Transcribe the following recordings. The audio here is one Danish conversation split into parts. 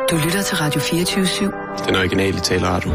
Du lytter til Radio 24/7. Den originale taleradio.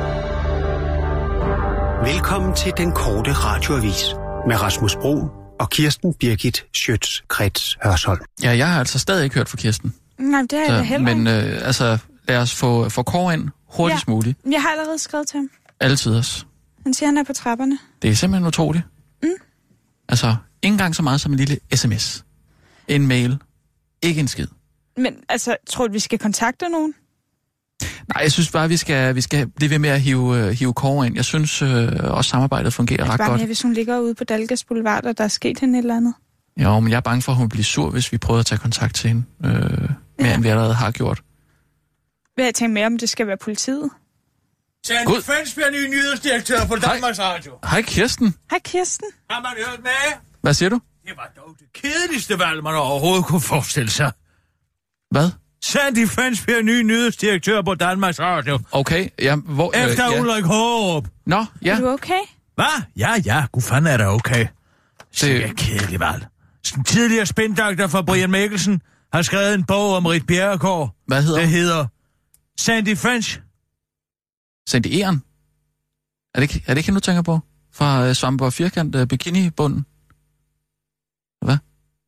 Velkommen til den korte radioavis med Rasmus Bro og Kirsten Birgit Schøtz-Krets Hørsholm. Ja, jeg har altså stadig ikke hørt fra Kirsten. Nej, det er jeg heller ikke. Men lad os få Kåre ind hurtigst muligt. Jeg har allerede skrevet til ham. Altid også. Han siger, han er på trapperne. Det er simpelthen utroligt. Altså, ikke engang så meget som en lille sms. En mail. Ikke en skid. Men altså, tror du, vi skal kontakte nogen? Nej, jeg synes bare, vi skal blive ved med at hive Kåre ind. Jeg synes også, samarbejdet fungerer ret godt. Bare hvis hun ligger ude på Dalgas Boulevard, og der er sket hende et eller andet. Jo, men jeg er bange for, at hun bliver sur, hvis vi prøver at tage kontakt til hende. Mere end vi allerede har gjort. Hvad jeg tænker mere om, det skal være politiet? Sandy French bliver ny nyhedsdirektør på Danmarks Radio. Hej Kirsten. Hej Kirsten. Har man hørt med? Hvad siger du? Det var dog det kedeligste valg, man overhovedet kunne forestille sig. Hvad? Sandy French bliver ny nyhedsdirektør på Danmarks Radio. Okay, ja, hvor... Efter Ulrik Hårup. Nå, ja. Er du okay? Hvad? Ja, gud fanden er det okay. Det er kedeligt valg. Den tidligere spindoktor for Brian Mikkelsen har skrevet en bog om Rit Bjerregaard. Hvad hedder det? Det hedder Sandy French. Sandy Eren? Er det ikke hende, du tænker på? Fra Svampe og Firkant Bikini-bunden? Hvad?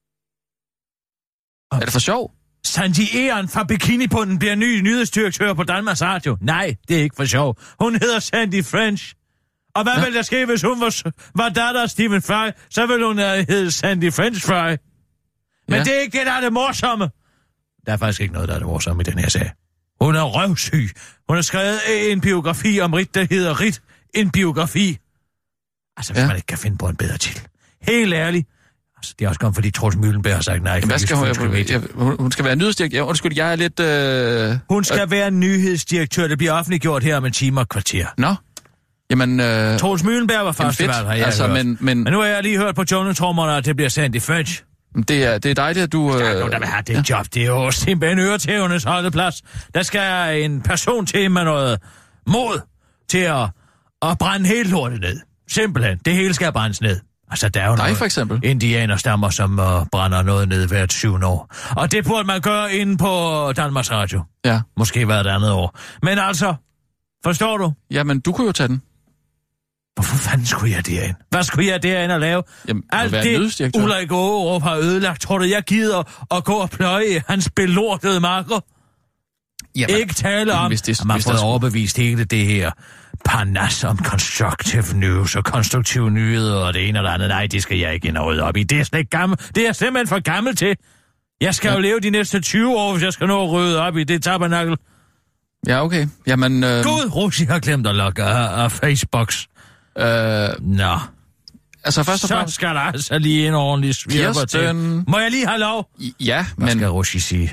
Er det for sjov? Sandy Eren fra Bikini-bunden bliver ny nyhedsdirektør på Danmarks Radio. Nej, det er ikke for sjov. Hun hedder Sandy French. Og hvad ville der ske, hvis hun var datter af Stephen Fry? Så ville hun hedde Sandy French Fry. Men det er ikke det, der er det morsomme. Der er faktisk ikke noget, der er det morsomme i den her sag. Hun er røvsyg. Hun har skrevet en biografi om Rit, der hedder Rit. En biografi. Altså, hvis man ikke kan finde på en bedre titel. Helt ærligt. Altså, det er også kommet, fordi Troels Møllenberg har sagt nej. Hvad skal hun skal være nyhedsdirektør? Undskyld, jeg er lidt... Hun skal være nyhedsdirektør. Det bliver offentliggjort her om en time og kvarter. Nå. Jamen... Troels Møllenberg var første valg, har jeg hørt. Men nu har jeg lige hørt på Jonas-trommerne, at det bliver Sandy French. Det er dejligt, at du... Der er nogen, der vil have det job. Det er jo simpelthen øretævernes holdeplads. Der skal en person til med noget mod til at brænde helt lortet ned. Simpelthen. Det hele skal brændes ned. Altså, der er jo noget for eksempel indianerstammer, som brænder noget ned hvert 7. år. Og det burde man gøre inde på Danmarks Radio. Ja. Måske hvert andet år. Men altså, forstår du? Jamen, du kunne jo tage den. Hvorfor fanden skulle jeg derind? Hvad skulle jeg derind at lave? Jamen, alt det, Ulrik Hårup har ødelagt, tror du, jeg gider at gå og pløje hans belortede marker? Jamen, ikke tale om, at man får overbevist hele det her parnas om constructive news og konstruktive nyheder og det ene og det andet. Nej, det skal jeg ikke ind og rydde op i. Det er slet ikke gammel. Det er simpelthen for gammel til. Jeg skal jo leve de næste 20 år, hvis jeg skal nå at rydde op i det tabernakkel. Ja, okay. Jamen... Gud, Rosi har glemt at logge af Facebook. Nå. Altså først og fremmest... Så skal der altså lige en ordentlig svirper til. Må jeg lige have lov? Ja, Hvad skal Rosi sige?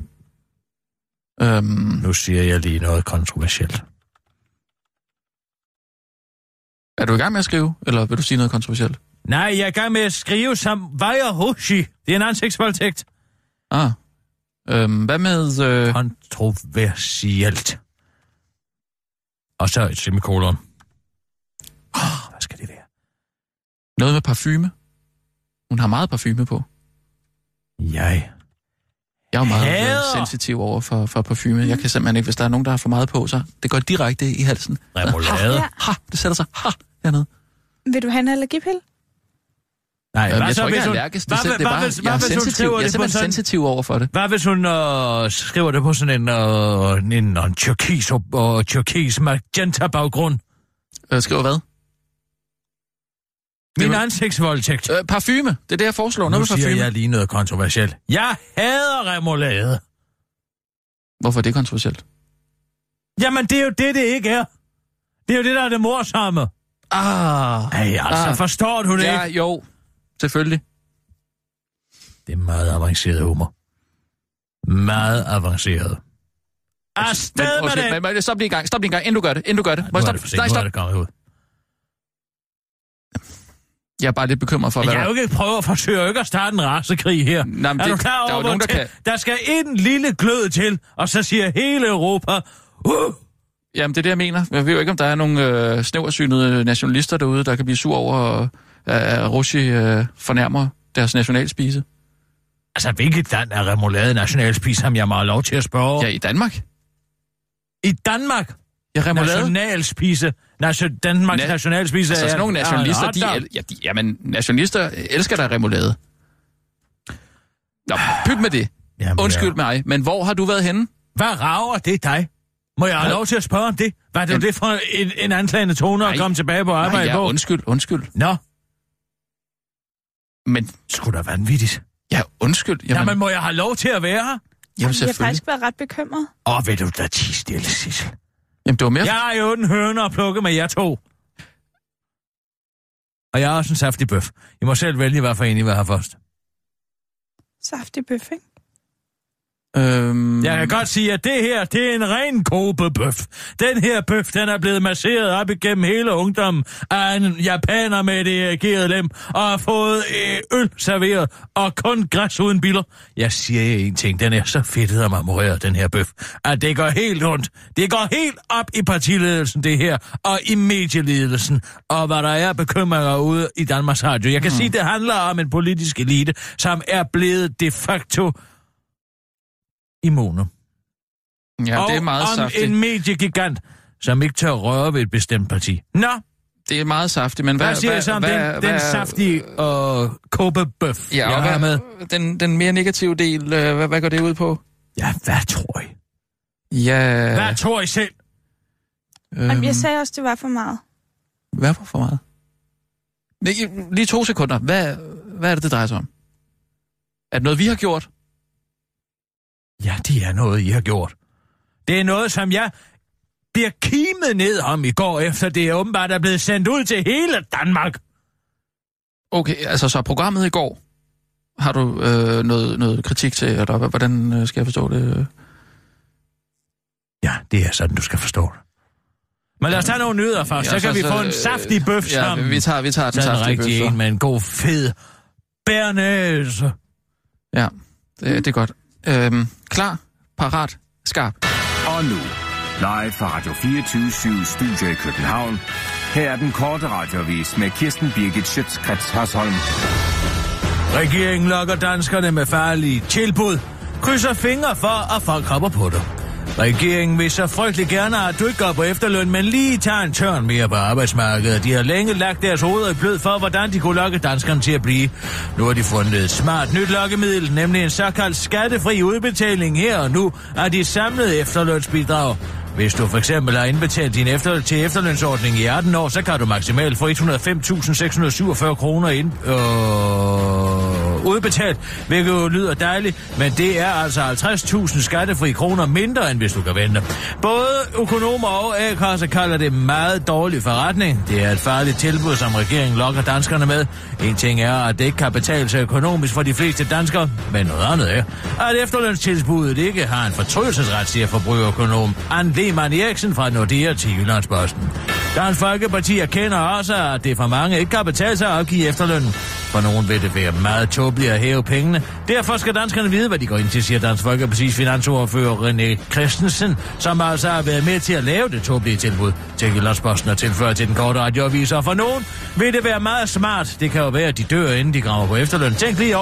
Nu siger jeg lige noget kontroversielt. Er du i gang med at skrive, eller vil du sige noget kontroversielt? Nej, jeg er i gang med at skrive som Vejer Rosi. Det er en ansigtsvoldtægt. Hvad med... Kontroversielt. Og så et semikolon. Hvad skal det være? Noget med parfume. Hun har meget parfume på. Jeg er jo meget sensitiv over for parfume. Jeg kan simpelthen ikke, hvis der er nogen, der har for meget på, så det går direkte i halsen. Remoulade. Det sætter sig. Hernede. Vil du have en allergipille? Nej, jeg tror ikke, jeg er allergisk. Jeg er simpelthen sensitiv over for det. Hvad hvis hun skriver det på sådan en turkis magenta baggrund? Skriver hvad? Min ansigtsvoldtægt. Parfume. Det er det, jeg foreslår. Nu siger jeg lige noget kontroversielt. Jeg hader remoulade. Hvorfor er det kontroversielt? Jamen, det er jo det ikke er. Det er jo det, der er det morsomme. Forstår du det ikke? Ja, jo. Selvfølgelig. Det er meget avanceret humor. Meget avanceret. Afsted med det! Men stop lige en gang, inden du gør det. Nu er det for sent, nu er det kommet ud. Jeg er bare lidt bekymret for, hvad jeg jo ikke prøver at forsøge ikke at starte en rasekrig her. Nej, er du klar over, nogen, der skal en lille glød til, og så siger hele Europa... Jamen, det er det, jeg mener. Jeg ved jo ikke, om der er nogle snæversynede nationalister derude, der kan blive sur over, at Roshi fornærmer deres nationalspise. Altså, hvilket land er remoulade nationalspis, som jeg må have lov til at spørge? Ja, i Danmark. I Danmark? Ja, remoulade. Nationalspise. Danmarks nationalspise. Altså, sådan nogle nationalister, men nationalister elsker der remoulade. Nå, pyt med det. Jamen, undskyld mig, men hvor har du været henne? Hvad rager det dig? Må jeg have lov til at spørge om det? Hvad er det for en anklagende tone at komme tilbage på arbejde på? Undskyld. Nå. Men sgu da vanvittigt. Ja, undskyld. Jamen, må jeg have lov til at være her? Jamen, jeg har faktisk været ret bekymret. Ved du da, tig stille, Sissel. Jamen, det var mere... Jeg har jo en høne at plukke med jer to. Og jeg har også en saftig bøf. I må selv vælge, hvad for en I vil have først. Saftig bøf, ikke? Jeg kan godt sige, at det her, det er en ren kobebøf. Den her bøf, den er blevet masseret op igennem hele ungdommen af en japaner med det ergerede lem, og har fået øl serveret, og kun græs uden biller. Jeg siger jer en ting, den er så fedtet og marmoreret, den her bøf, at det går helt rundt. Det går helt op i partiledelsen, det her, og i medieledelsen, og hvad der er bekymringer ude i Danmarks Radio. Jeg kan sige, det handler om en politisk elite, som er blevet de facto immune. Ja, det er meget saftigt. Og en mediegigant, som ikke tør røre ved et bestemt parti. Nå. Det er meget saftigt, men hvad siger jeg så om den saftige kobebøf, jeg har med? Den mere negative del, hvad går det ud på? Ja, hvad tror I? Ja... Hvad tror I selv? Jamen, jeg sagde også, det var for meget. Hvad var for meget? Lige 2 sekunder. Hvad er det drejer sig om? Er det noget, vi har gjort? Ja, det er noget, I har gjort. Det er noget, som jeg bliver kimet ned om i går, efter det åbenbart er blevet sendt ud til hele Danmark. Okay, altså så programmet i går, har du noget kritik til, eller hvordan skal jeg forstå det? Ja, det er sådan, du skal forstå det. Men lad os tage nogle nyheder først, så kan vi få en saftig bøf sammen. Vi tager den saftige bøf. En med en god, fed bærnæse. Ja, det er godt. Klar, parat, skarp. Og nu, live fra Radio 24/7 Studio i København. Her er den korte radioavis med Kirsten Birgit Schøtz-Krets Hørsholm. Regeringen lokker danskerne med farlige tilbud. Krydser fingre for, at folk hopper på det. Regeringen vil så frygtelig gerne, at du ikke går på efterløn, men lige tager en tørn mere på arbejdsmarkedet. De har længe lagt deres hoveder i blød for, hvordan de kunne lokke danskerne til at blive. Nu har de fundet et smart nyt lokkemiddel, nemlig en såkaldt skattefri udbetaling her og nu af de samlede efterlønsbidrag. Hvis du for eksempel har indbetalt din til efterlønsordning i 18 år, så kan du maksimalt få 105.647 kroner udbetalt, hvilket lyder dejligt, men det er altså 50.000 skattefri kroner mindre, end hvis du kan vente. Både økonomer og A-kasser kalder det meget dårlig forretning. Det er et farligt tilbud, som regeringen lokker danskerne med. En ting er, at det ikke kan betale sig økonomisk for de fleste danskere, men noget andet er, at efterlønstilbuddet ikke har en fortrydelsesret, siger forbrugerøkonom Anne Lehmann Eriksen fra Nordea til Jyllandsposten. Dansk Folkeparti erkender også, at det for mange ikke kan betale sig at opgive efterlønnen. For nogen vil det være meget tåbeligt at hæve pengene. Derfor skal danskerne vide, hvad de går ind til, siger Dansk Folkepartis finansordfører René Christensen, som altså har været med til at lave det tåbelige tilbud til Jyllandsposten og tilføje til den korte radioavis. Og for nogen vil det være meget smart. Det kan jo være, at de dør, inden de graver på efterløn. Tænk lige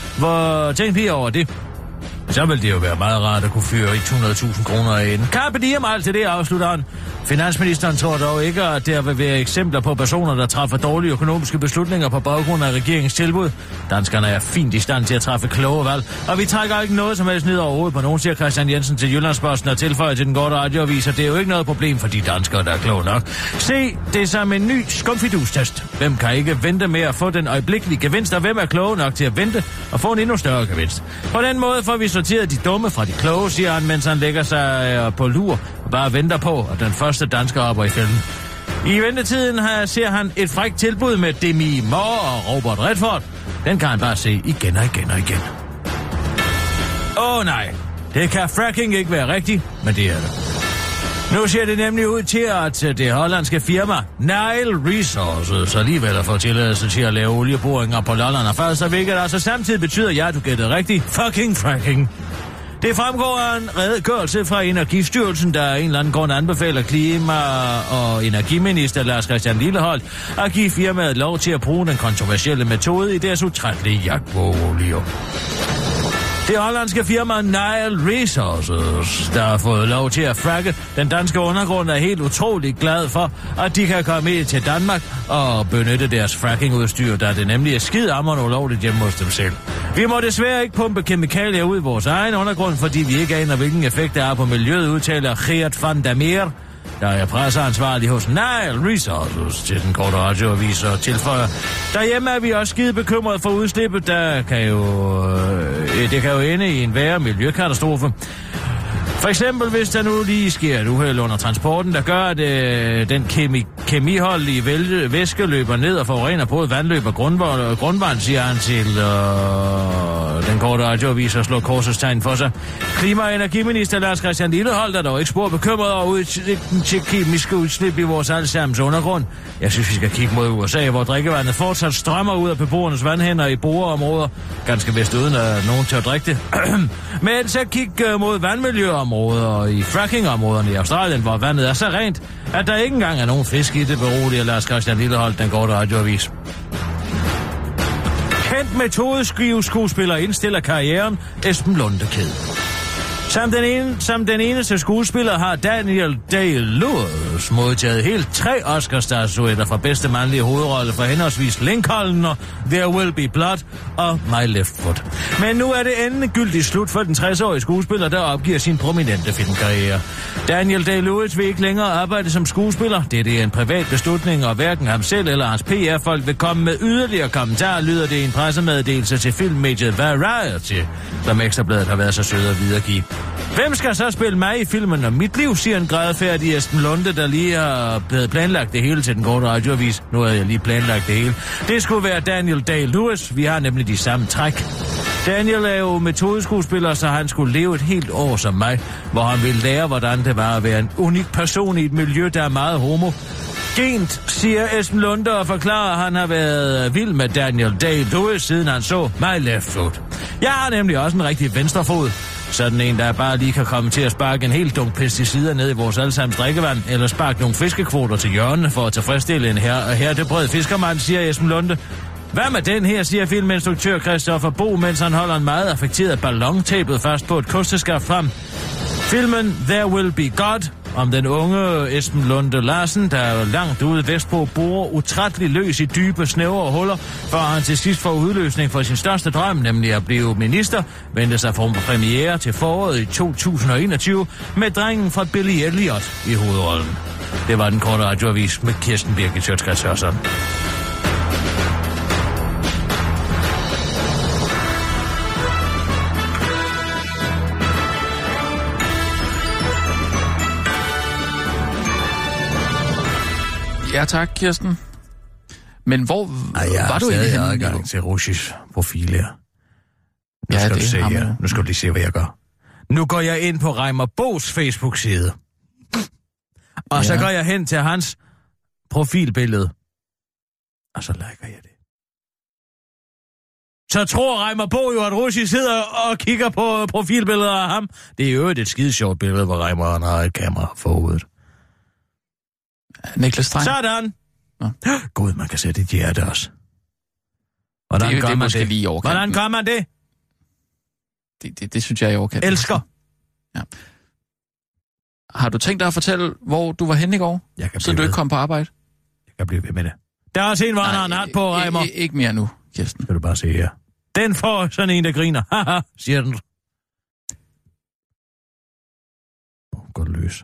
over det. Så vil det jo være meget rart at kunne fyre 100.000 kroner ind. Carpe diem, alt til det, afslutter han. Finansministeren tror dog ikke, at der vil være eksempler på personer, der træffer dårlige økonomiske beslutninger på baggrund af regeringens tilbud. Danskerne er fint i stand til at træffe kloge valg, og vi trækker ikke noget som helst ned overhovedet på nogen, siger Christian Jensen til Jyllandsposten og tilføjer til den korte radioavis, og det er jo ikke noget problem for de danskere, der er kloge nok. Se det som en ny skumfidustest. Hvem kan ikke vente med at få den øjeblikkelige gevinst, og hvem er kloge nok til at vente og få en endnu større gevinst? På den måde får vi sorteret de dumme fra de kloge, siger han, mens han lægger sig på lur og bare venter på, at den første dansker hopper i fælden. I ventetiden ser han et frækt tilbud med Demi Moore og Robert Redford. Den kan han bare se igen og igen og igen. Nej, det kan fracking ikke være rigtigt, men det er det. Nu ser det nemlig ud til, at det hollandske firma Nile Resources alligevel har fået tilladelse til at lave olieboringer på Lolland og Falster, hvilket altså samtidig betyder, ja, du gætter rigtigt, fucking fracking. Det fremgår af en redegørelse fra Energistyrelsen, der af en eller anden grund anbefaler klima- og energiminister Lars Christian Lilleholt at give firmaet lov til at bruge den kontroversielle metode i deres utrættelige jagt på olie. Det hollandske firma Nile Resources, der har fået lov til at fracke den danske undergrund, er helt utroligt glad for, at de kan komme ind til Danmark og benytte deres frackingudstyr, da det nemlig er skidehammerende ulovligt hjemme hos dem selv. Vi må desværre ikke pumpe kemikalier ud i vores egen undergrund, fordi vi ikke aner, hvilken effekt det har på miljøet, udtaler Geert van der Meer, der er presseansvarlig hos Nile Resources til den korte radioavis og tilføjer. Derhjemme er vi også skide bekymrede for udslippet, det kan jo ende i en værre miljøkatastrofe. For eksempel, hvis der nu lige sker et uheld under transporten, der gør, at den kemiholdige væske løber ned og forurener både vandløb og grundvand, siger han til den korte radioavis og slår korsets tegn for sig. Klima- og energiminister Lars Christian Lilleholt er dog ikke spor bekymret over udsigten til kemiske udslip i vores allesammens undergrund. Jeg synes, vi skal kigge mod USA, hvor drikkevandet fortsat strømmer ud af beboernes vandhænder i boreområder, ganske vist uden at nogen til at drikke det. Men så kig mod vandmiljøområder og i frackingområderne i Australien, hvor vandet er så rent, at der ikke engang er nogen fisk i det, beroliger Lars Christian Lilleholt, den korte radioavis. Kendt metodeskuespiller indstiller karrieren Esben Lundekæde. Som den eneste skuespiller har Daniel Day-Lewis modtaget helt 3 Oscar-statuetter for bedste mandlige hovedrolle for henholdsvis Lincoln og There Will Be Blood og My Left Foot. Men nu er det endegyldigt slut for den 60-årige skuespiller, der opgiver sin prominente filmkarriere. Daniel Day-Lewis vil ikke længere arbejde som skuespiller. Det er en privat beslutning, og hverken ham selv eller hans PR-folk vil komme med yderligere kommentarer, lyder det i en pressemeddelelse til filmmediet Variety, som Ekstrabladet har været så sød at videregive. Hvem skal så spille mig i filmen om mit liv, siger en grædefærdig Esben Lunde, der lige har blevet planlagt det hele til den korte radioavis. Nu har jeg lige planlagt det hele. Det skulle være Daniel Day-Lewis. Vi har nemlig de samme træk. Daniel er jo metodeskuespiller, så han skulle leve et helt år som mig, hvor han ville lære, hvordan det var at være en unik person i et miljø, der er meget homo. Gent, siger Esben Lunde og forklarer, at han har været vild med Daniel Day-Lewis, siden han så My Left Foot. Jeg har nemlig også en rigtig venstrefod. Sådan en, der bare lige kan komme til at sparke en helt dunk pesticider ned i vores allesammens drikkevand, eller sparke nogle fiskekvoter til hjørne for at tilfredsstille en hertebred fiskermand, siger Esben Lunde. Hvad med den her, siger filminstruktør Christoffer Bo, mens han holder en meget affekteret ballon tabet fast på et kosteskaft frem. Filmen There Will Be God, om den unge Esben Lunde Larsen, der er langt ude vestpå, borer utrætteligt løs i dybe, snævre huller, før han til sidst får udløsning for sin største drøm, nemlig at blive minister, vendte sig for premiere til foråret i 2021 med drengen fra Billy Elliot i hovedrollen. Det var den korte radioavis med Kirsten Birgit Schøtz-Krets Hørsholm. Ja tak, Kirsten. Men hvor var du egentlig henne? Jeg har adgang til Rushis profil her. Nu skal du lige se, hvad jeg gør. Nu går jeg ind på Reimer Bo's Facebook-side. Og så går jeg hen til hans profilbillede. Og så liker jeg det. Så tror Reimer Bo jo, at Rushi sidder og kigger på profilbilleder af ham. Det er jo et skide sjovt billede, hvor Reimer har et kamera for hovedet. Niklas Streng. Sådan. Ja. Gud, man kan sætte et hjerte også. Hvordan det gør man det? Lige hvordan gør man det? Det synes jeg er overkanten. Elsker. Ja. Har du tænkt dig at fortælle, hvor du var henne i går? Så du ikke kom på arbejde? Jeg kan blive ved med det. Der er også en, hvor han har en hat på, Reimer. Ikke mere nu, Kirsten. Skal du bare se her. Den får sådan en, der griner. Haha, siger den. Godt løs.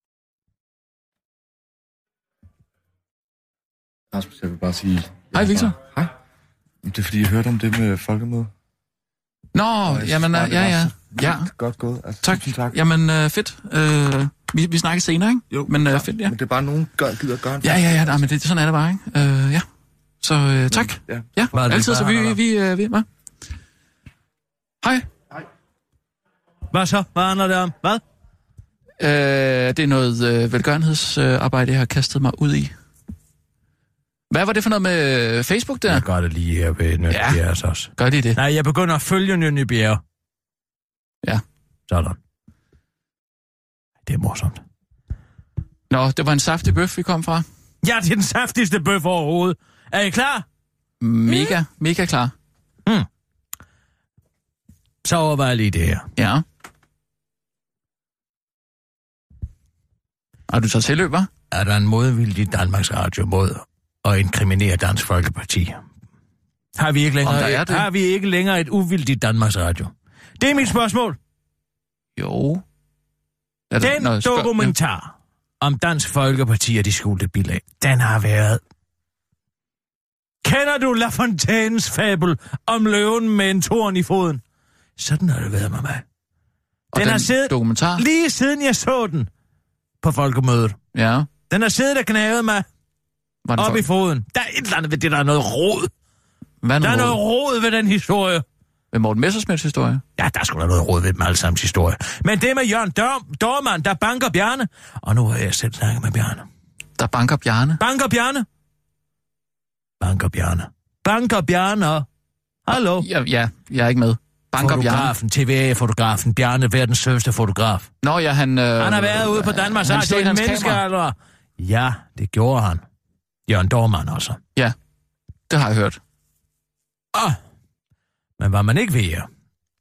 Rasmus, jeg vil bare sige... Hej, Victor. Hej. Det er fordi, jeg hørte om det med folkemøde. Nå, jamen, ja. Godt gået. Altså, tak. Jamen, fedt. Vi snakker senere, ikke? Jo, men fedt, ja. Men det er bare nogen, der gider gøre en Ja, men sådan er det bare, ikke? Ja. Så tak. Ja, altid, så vi hvad? Hej. Hvad så? Hvad handler det om? Hvad? Det er noget velgørenhedsarbejde, jeg har kastet mig ud i. Hvad var det for noget med Facebook der? Jeg gør det lige her ved Nynne Bjerre også. Gør de det? Nej, jeg begynder at følge Nynne Bjerre. Ja. Sådan. Det er morsomt. Nå, det var en saftig bøf, vi kom fra. Ja, det er den saftigste bøf overhovedet. Er I klar? Mega klar. så overvej lige det her. Ja. Har du så tilløb, hva'? Er der en modvildig Danmarks Radio mod at inkriminere Dansk Folkeparti? Har vi ikke længere et uvildigt Danmarks Radio? Det er mit spørgsmål. Jo. Den dokumentar om Dansk Folkeparti og de skjulte bilag, den har været... Kender du La Fontaines fabel om løven med en torn i foden? Sådan har det været med mig. Den har siddet dokumentar? Lige siden jeg så den på folkemødet. Ja. Den har siddet og gnavet mig op i foden. Der er et eller andet ved det, der er noget rod. Der er noget rod ved den historie. Ved Morten Messerschmidts historie? Ja, der er sgu da noget rod ved dem alle sammens historie. Men det med Jørgen Dohrmann, der banker Bjarne. Og nu har jeg selv snakket med Bjarne. Der banker Bjarne? Banker Bjarne. Banker Bjarne. Hallo? Ja, jeg er ikke med. Banker Fotografen, TVA-fotografen, Bjarne, verdens sødeste fotograf. Nå ja, han har været ude på Danmarks Radio i en menneskealder. Ja, det gjorde han. Jørgen Dohrmann også. Ja, det har jeg hørt. Men var man ikke ved jer?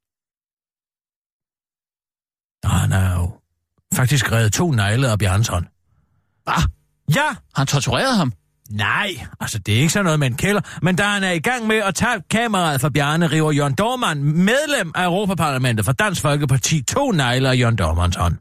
Han har jo faktisk revet 2 negle af Bjarnes hånd. Hvad? Ja! Han torturerede ham? Nej, altså det er ikke sådan noget med en kælder, men da han er i gang med at tage kameraet fra Bjarne, river Jørgen Dohrmann, medlem af Europaparlamentet for Dansk Folkeparti, 2 negle af Jørgen Dohrmanns hånd.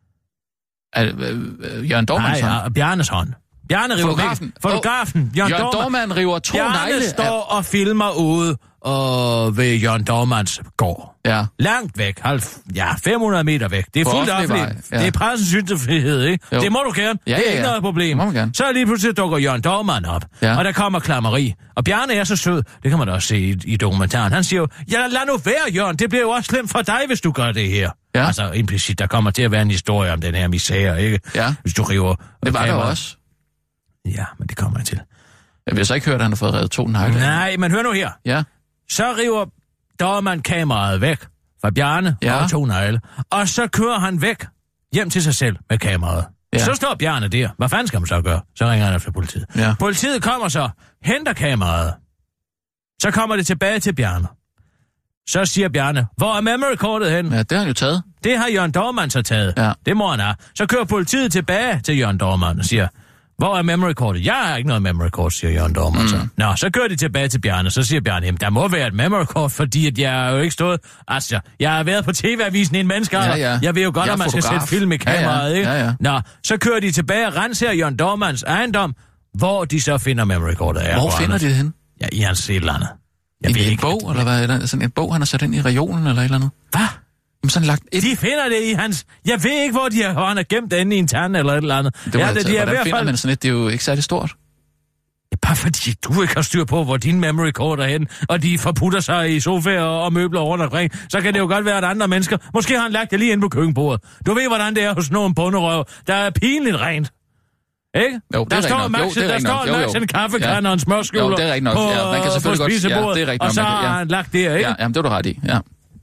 Jørgen Dohrmanns hånd? Nej, Bjarnes hånd. Bjarne river fotografen. Jørgen Dohrmann river 2 negle. Bjarne står og filmer ude ved Jørgen Dohrmanns gård. Ja. Langt væk. 500 meter væk. Det er fuldt offentligt. Ja. Det er pressens ytringsfrihed, ikke? Jo. Det må du gerne. Ja, det er ikke noget problem. Så lige pludselig dukker Jørgen Dohrmann op. Ja. Og der kommer klammeri. Og Bjarne er så sød. Det kan man da også se i dokumentaren. Han siger jo, ja, lad nu være, Jørgen. Det bliver jo også slemt for dig, hvis du gør det her. Ja. Altså implicit, der kommer til at være en historie om den her misære, ikke? Ja. Hvis du river... Det var der også. Ja, men det kommer jeg til. Jeg vil så ikke høre, at han har fået revet 2 negle. Nej, men hør nu her. Ja. Så river Dohrmann kameraet væk fra Bjarne og 2 negle. Og så kører han væk hjem til sig selv med kameraet. Ja. Så står Bjarne der. Hvad fanden skal man så gøre? Så ringer han efter politiet. Ja. Politiet kommer så, henter kameraet. Så kommer det tilbage til Bjarne. Så siger Bjarne, hvor er memory-kortet hen? Ja, det har han jo taget. Det har Jørgen Dohrmann så taget. Ja. Det må han have. Så kører politiet tilbage til Jørgen Dohrmann og siger, hvor er memory-kortet? Jeg har ikke noget memory-kort, siger Jørgen Dohrmann så. Nå, så kører de tilbage til Bjarne, så siger Bjarne, jamen, der må være et memory-kort, fordi at jeg har jo ikke stået... Altså, jeg har været på TV-avisen i en menneskealder. Ja. Jeg ved jo godt, at man skal sætte film i kameraet, ikke? Ja. Nå, så kører de tilbage og renser Jørgen Dohrmanns ejendom, hvor de så finder memory-kortet. Hvor finder de det hen? Ja, i hans et eller andet. I en bog, eller hvad? Er sådan en bog, han har sat ind i regionen, eller et eller andet? Hvad? Sådan lagt et... De finder det i hans... Jeg ved ikke, hvor de har... Han er gemt inde i en tand eller et eller andet. Det hvordan finder man sådan et? Det er jo ikke særlig stort. Ja, bare fordi du ikke har styr på, hvor din memory card er henne, og de forputter sig i sofaer og møbler rundt omkring, så kan det jo godt være, at andre mennesker... Måske har han lagt det lige inde på køkkenbordet. Du ved, hvordan det er hos nogen bunderøv. Der er pinligt rent. Ikke? Jo, der står Max en kaffekande og en smørskjuler jo, det er nok. Ja, man kan selvfølgelig på spisebordet, godt, ja, og så har han lagt det, ikke? Ja, jamen, det er du ret i, ja.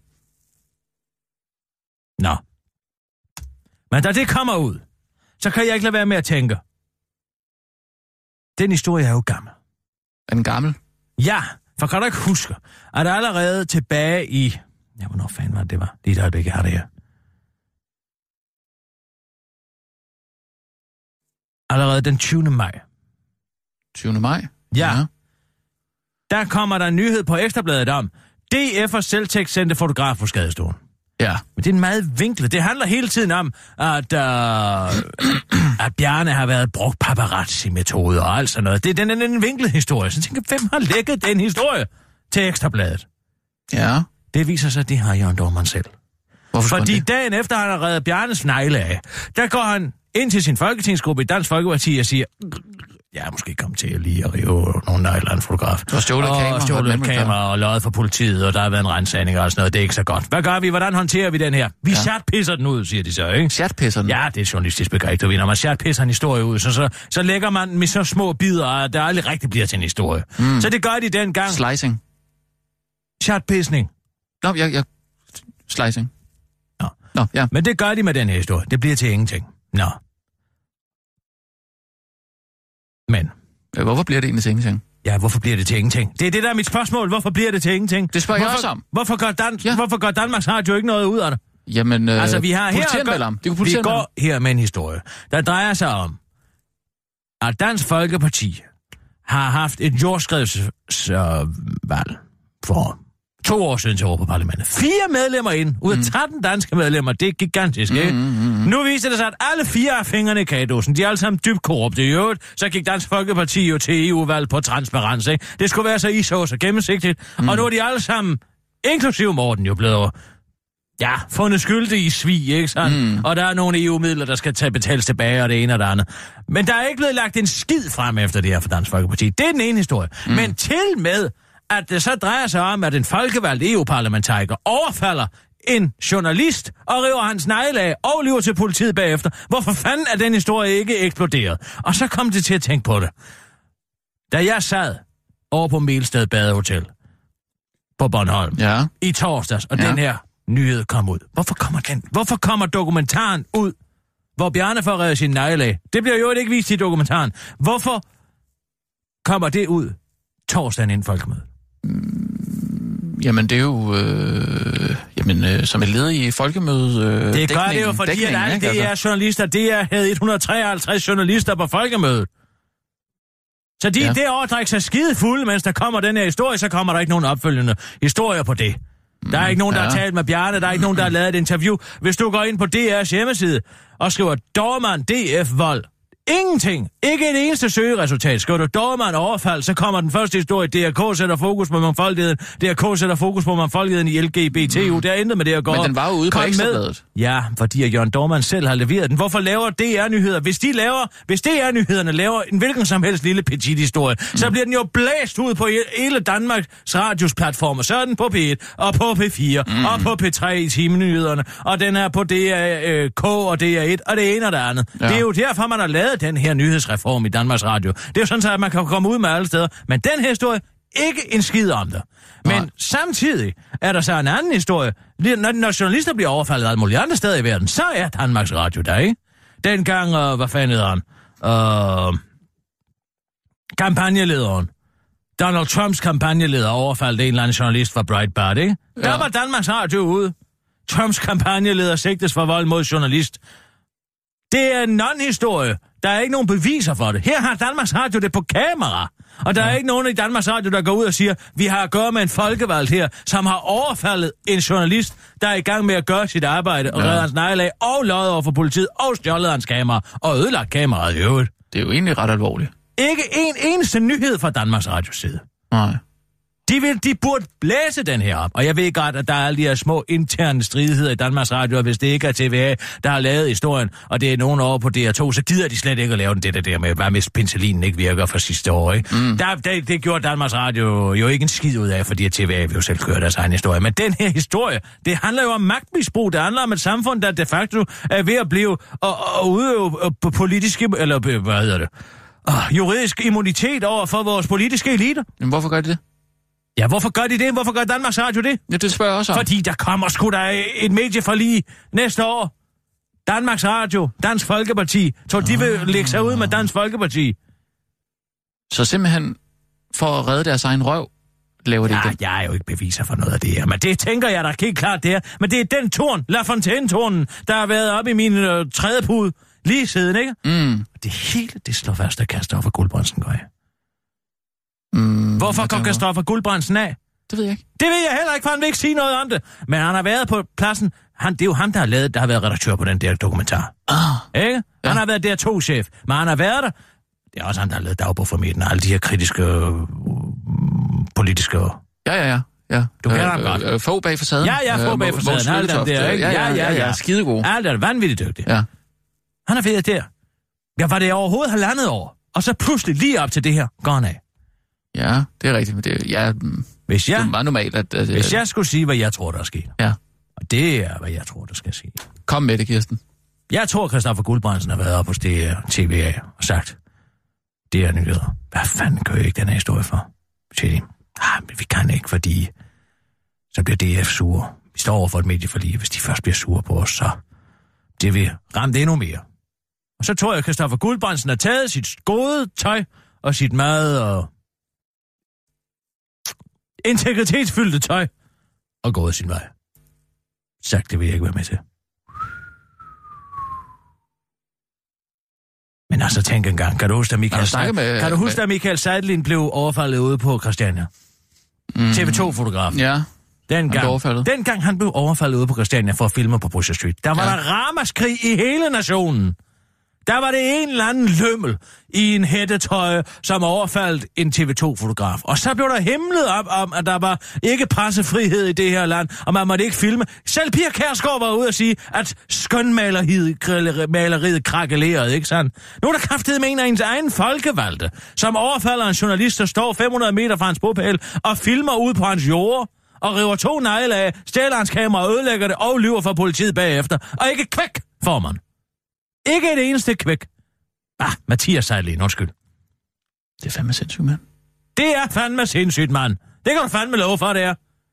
Nå. Men da det kommer ud, så kan jeg ikke lade være med at tænke. Den historie er jo gammel. Er den gammel? Ja, for kan du ikke huske, at allerede tilbage i... Ja, hvornår fanden var det var? Lige et øjeblik, jeg har det her. Allerede den 20. maj. 20. maj? Ja. Der kommer der en nyhed på Ekstrabladet om, DF og Celtech sendte fotograf på skadestuen. Ja. Men det er en meget vinklet. Det handler hele tiden om, at Bjarne har været brugt paparazzi-metoder og alt sådan noget. Det er en vinklet historie. Så jeg tænker, hvem har lækket den historie til Ekstrabladet? Ja. Det viser sig, at det har Jørgen Dohrmann selv. Hvorfor fordi dagen efter, han har reddet Bjarnes negle af, der går han ind til sin folketingsgruppe i Dansk Folkeparti og siger, jeg er måske kommet til lige at rive nogle negle af en fotograf. Du har stjålet kamera og løjet for politiet, og der har været en rensagning og sådan noget. Det er ikke så godt. Hvad gør vi? Hvordan håndterer vi den her? Vi chatpisser den ud, siger de så, ikke? Chatpisser den? Ja, det er et journalistisk begreb, du ved. Når man chatpisser en historie ud, så lægger man med så små bidder, at der aldrig rigtig bliver til en historie. Så det gør de dengang. Slicing? Chatpisning. Nå, slicing. Nå, ja. Men det gør de med den her historie. Det bliver til ingenting. Men... Hvorfor bliver det egentlig til ingenting? Ja, hvorfor bliver det til ingenting? Det er det, der er mit spørgsmål. Hvorfor bliver det til ingenting? Det spørger jeg også om. Hvorfor gør Danmarks Radio ikke noget ud af det? Jamen, altså, vi har vi går her med en historie, der drejer sig om, at Dansk Folkeparti har haft et jordskredsvalg for 2 år siden til Europaparlamentet. 4 medlemmer ind, ud af 13 danske medlemmer. Det er gigantisk, ikke? Nu viser det sig, at alle 4 har fingrene i kagedåsen. De er alle sammen dybt korrupte. I øvrigt, så gik Dansk Folkeparti jo til EU-valg på transparens, ikke? Det skulle være så isås og gennemsigtigt. Og nu er de alle sammen, inklusive Morten, jo blevet fundet skyldige i svig, ikke sandt? Og der er nogle EU-midler, der skal betales tilbage, og det ene og det andet. Men der er ikke blevet lagt en skid frem efter det her for Dansk Folkeparti. Det er den ene historie. Men til med, at det så drejer sig om, at en folkevalgt EU-parlamentariker overfalder en journalist og river hans negle af og lyver til politiet bagefter. Hvorfor fanden er den historie ikke eksploderet? Og så kom det til at tænke på det. Da jeg sad over på Melsted Badehotel på Bornholm i torsdags, og den her nyhed kom ud. Hvorfor kommer dokumentaren ud, hvor Bjarne får revet sin negle af? Det bliver jo ikke vist i dokumentaren. Hvorfor kommer det ud torsdagen inden folkemødet? Jamen, det er jo som et led i folkemødet. Det gør det jo, fordi at alle det er journalister. Det havde 153 journalister på folkemødet. Så det overdrækker sig skide fulde, mens der kommer den her historie, så kommer der ikke nogen opfølgende historier på det. Der er ikke nogen, der har talt med Bjarne, der er ikke nogen, der har lavet et interview. Hvis du går ind på DR's hjemmeside og skriver Dohrmann DF-vold, ingenting. Ikke et eneste søgeresultat. Skriver du Dohrmann overfald, så kommer den første historie. DRK sætter fokus på mangfoldigheden. DRK sætter fokus på mangfoldigheden i LGBTU. Der er intet med det at gå. Men den var jo ude på Ekstrabladet. Ja, fordi Jørgen Dohrmann selv har leveret den. Hvorfor laver DR-nyheder? Hvis DR-nyhederne laver en hvilken som helst lille petit-historie, så bliver den jo blæst ud på hele Danmarks Radios platformer. Så er den på P1 og på P4 og på P3 i timenyhederne. Og den er på DRK og DR1 og det ene og det andet. Ja. Det er jo derfor, man har lavet den her nyhedsreform i Danmarks Radio. Det er jo sådan, at man kan komme ud med alle steder. Men den her historie, ikke en skid om det. Men samtidig er der så en anden historie. Når journalister bliver overfaldet alle mulige andre steder i verden, så er Danmarks Radio der, ikke? Dengang, hvad fanden hedder han? Kampagnelederen. Donald Trumps kampagneleder overfaldt en eller anden journalist fra Breitbart, ikke? Ja. Der var Danmarks Radio ude. Trumps kampagneleder sigtes for vold mod journalist. Det er en non-historie. Der er ikke nogen beviser for det. Her har Danmarks Radio det på kamera. Og der er ikke nogen i Danmarks Radio, der går ud og siger, vi har at gøre med en folkevalgt her, som har overfaldet en journalist, der er i gang med at gøre sit arbejde, og redder hans negle af, og løjet over for politiet, og stjålet hans kamera, og ødelagt kameraet i øvrigt. Det er jo egentlig ret alvorligt. Ikke en eneste nyhed fra Danmarks Radios side. Nej. De burde blæse den her op. Og jeg ved godt, at der er alle de her små interne stridigheder i Danmarks Radio, og hvis det ikke er TVA, der har lavet historien, og det er nogen over på DR2, så gider de slet ikke at lave det der med, hvad hvis penicillinen ikke virker fra sidste år, ikke? Det gjorde Danmarks Radio jo ikke en skid ud af, fordi TVA vil jo selv køre deres egen historie. Men den her historie, det handler jo om magtmisbrug. Det handler om et samfund, der de facto er ved at blive og udøve på politiske, eller hvad hedder det, juridisk immunitet over for vores politiske eliter. Men hvorfor gør de det? Ja, hvorfor gør de det? Hvorfor gør Danmarks Radio det? Ja, det spørger jeg også om. Fordi der kommer sgu da et medieforlig næste år. Danmarks Radio, Dansk Folkeparti. Så de vil lægge sig ud med Dansk Folkeparti. Så simpelthen for at redde deres egen røv, laver de det? Jeg er jo ikke beviser for noget af det her. Men det tænker jeg da helt klart, det er. Men det er den torn, La Fontaine-tornen, der har været oppe i min tredje pude lige siden, ikke? Det hele, det slår fast, at Christoffer Guldbrandsen går af. Hvorfor går Christoffer Guldbrandsen af? Det ved jeg ikke. Det ved jeg heller ikke, for han vil ikke sige noget om det. Men han har været på pladsen. Det er jo ham, der har været redaktør på den der dokumentar. Ikke? Han har været DR2-chef. Men han har været der. Det er også han, der har lavet dagbog for midten og alle de her kritiske politiske... Ja. Du kender ham godt. Få bag facaden. Ja, få bag facaden. Alt dem der, ikke? Ja. Skidegod. Alt er vanvittigt dygtig. Ja. Han har været der. Ja, var det overhovedet halvandet år? Og så pludselig lige op til det her, går han af. Ja, det er rigtigt, men det er meget normalt, at... Hvis jeg skulle sige, hvad jeg tror, der er sket. Ja. Og det er, hvad jeg tror, der skal ske. Kom med det, Kirsten. Jeg tror, Christoffer Guldbrandsen har været oppe hos det TVA og sagt, det er nyheder. Hvad fanden gør I ikke den her historie for? Siger de, men vi kan ikke, fordi så bliver DF sure. Vi står over for et medieforlig. Hvis de først bliver sure på os, så det vil ramme det endnu mere. Og så tror jeg, at Christoffer Guldbrandsen har taget sit gode tøj og sit mad og integritetsfyldte tøj og gået sin vej. Sagt, det vil jeg ikke være med til. Men altså, tænk engang. Kan du huske, at Michael Seidlin blev overfaldet ude på Christiania? TV2-fotografen. Ja. Dengang han blev overfaldet ude på Christiania for at filme på Pusher Street, der var der ramaskrig i hele nationen. Der var det en eller anden lømmel i en hættetøj, som overfaldt en TV2-fotograf. Og så blev der himlet op om, at der var ikke pressefrihed i det her land, og man måtte ikke filme. Selv Pia Kjærsgaard var ude at sige, at skønmaleriet krakelerede, ikke sandt? Nu er der kraftet med en af ens egen folkevalgte, som overfalder en journalist, der står 500 meter fra hans bopæl og filmer ud på hans jord, og river 2 negle af, stjæler hans kamera og ødelægger det, og lyver for politiet bagefter. Og ikke kvæk, formand. Ikke et eneste kvæk. Mathias Seidlin, undskyld. Det er fandme sindssygt, mand. Det er fandme sindssygt, mand. Det kan du fandme love for, det er.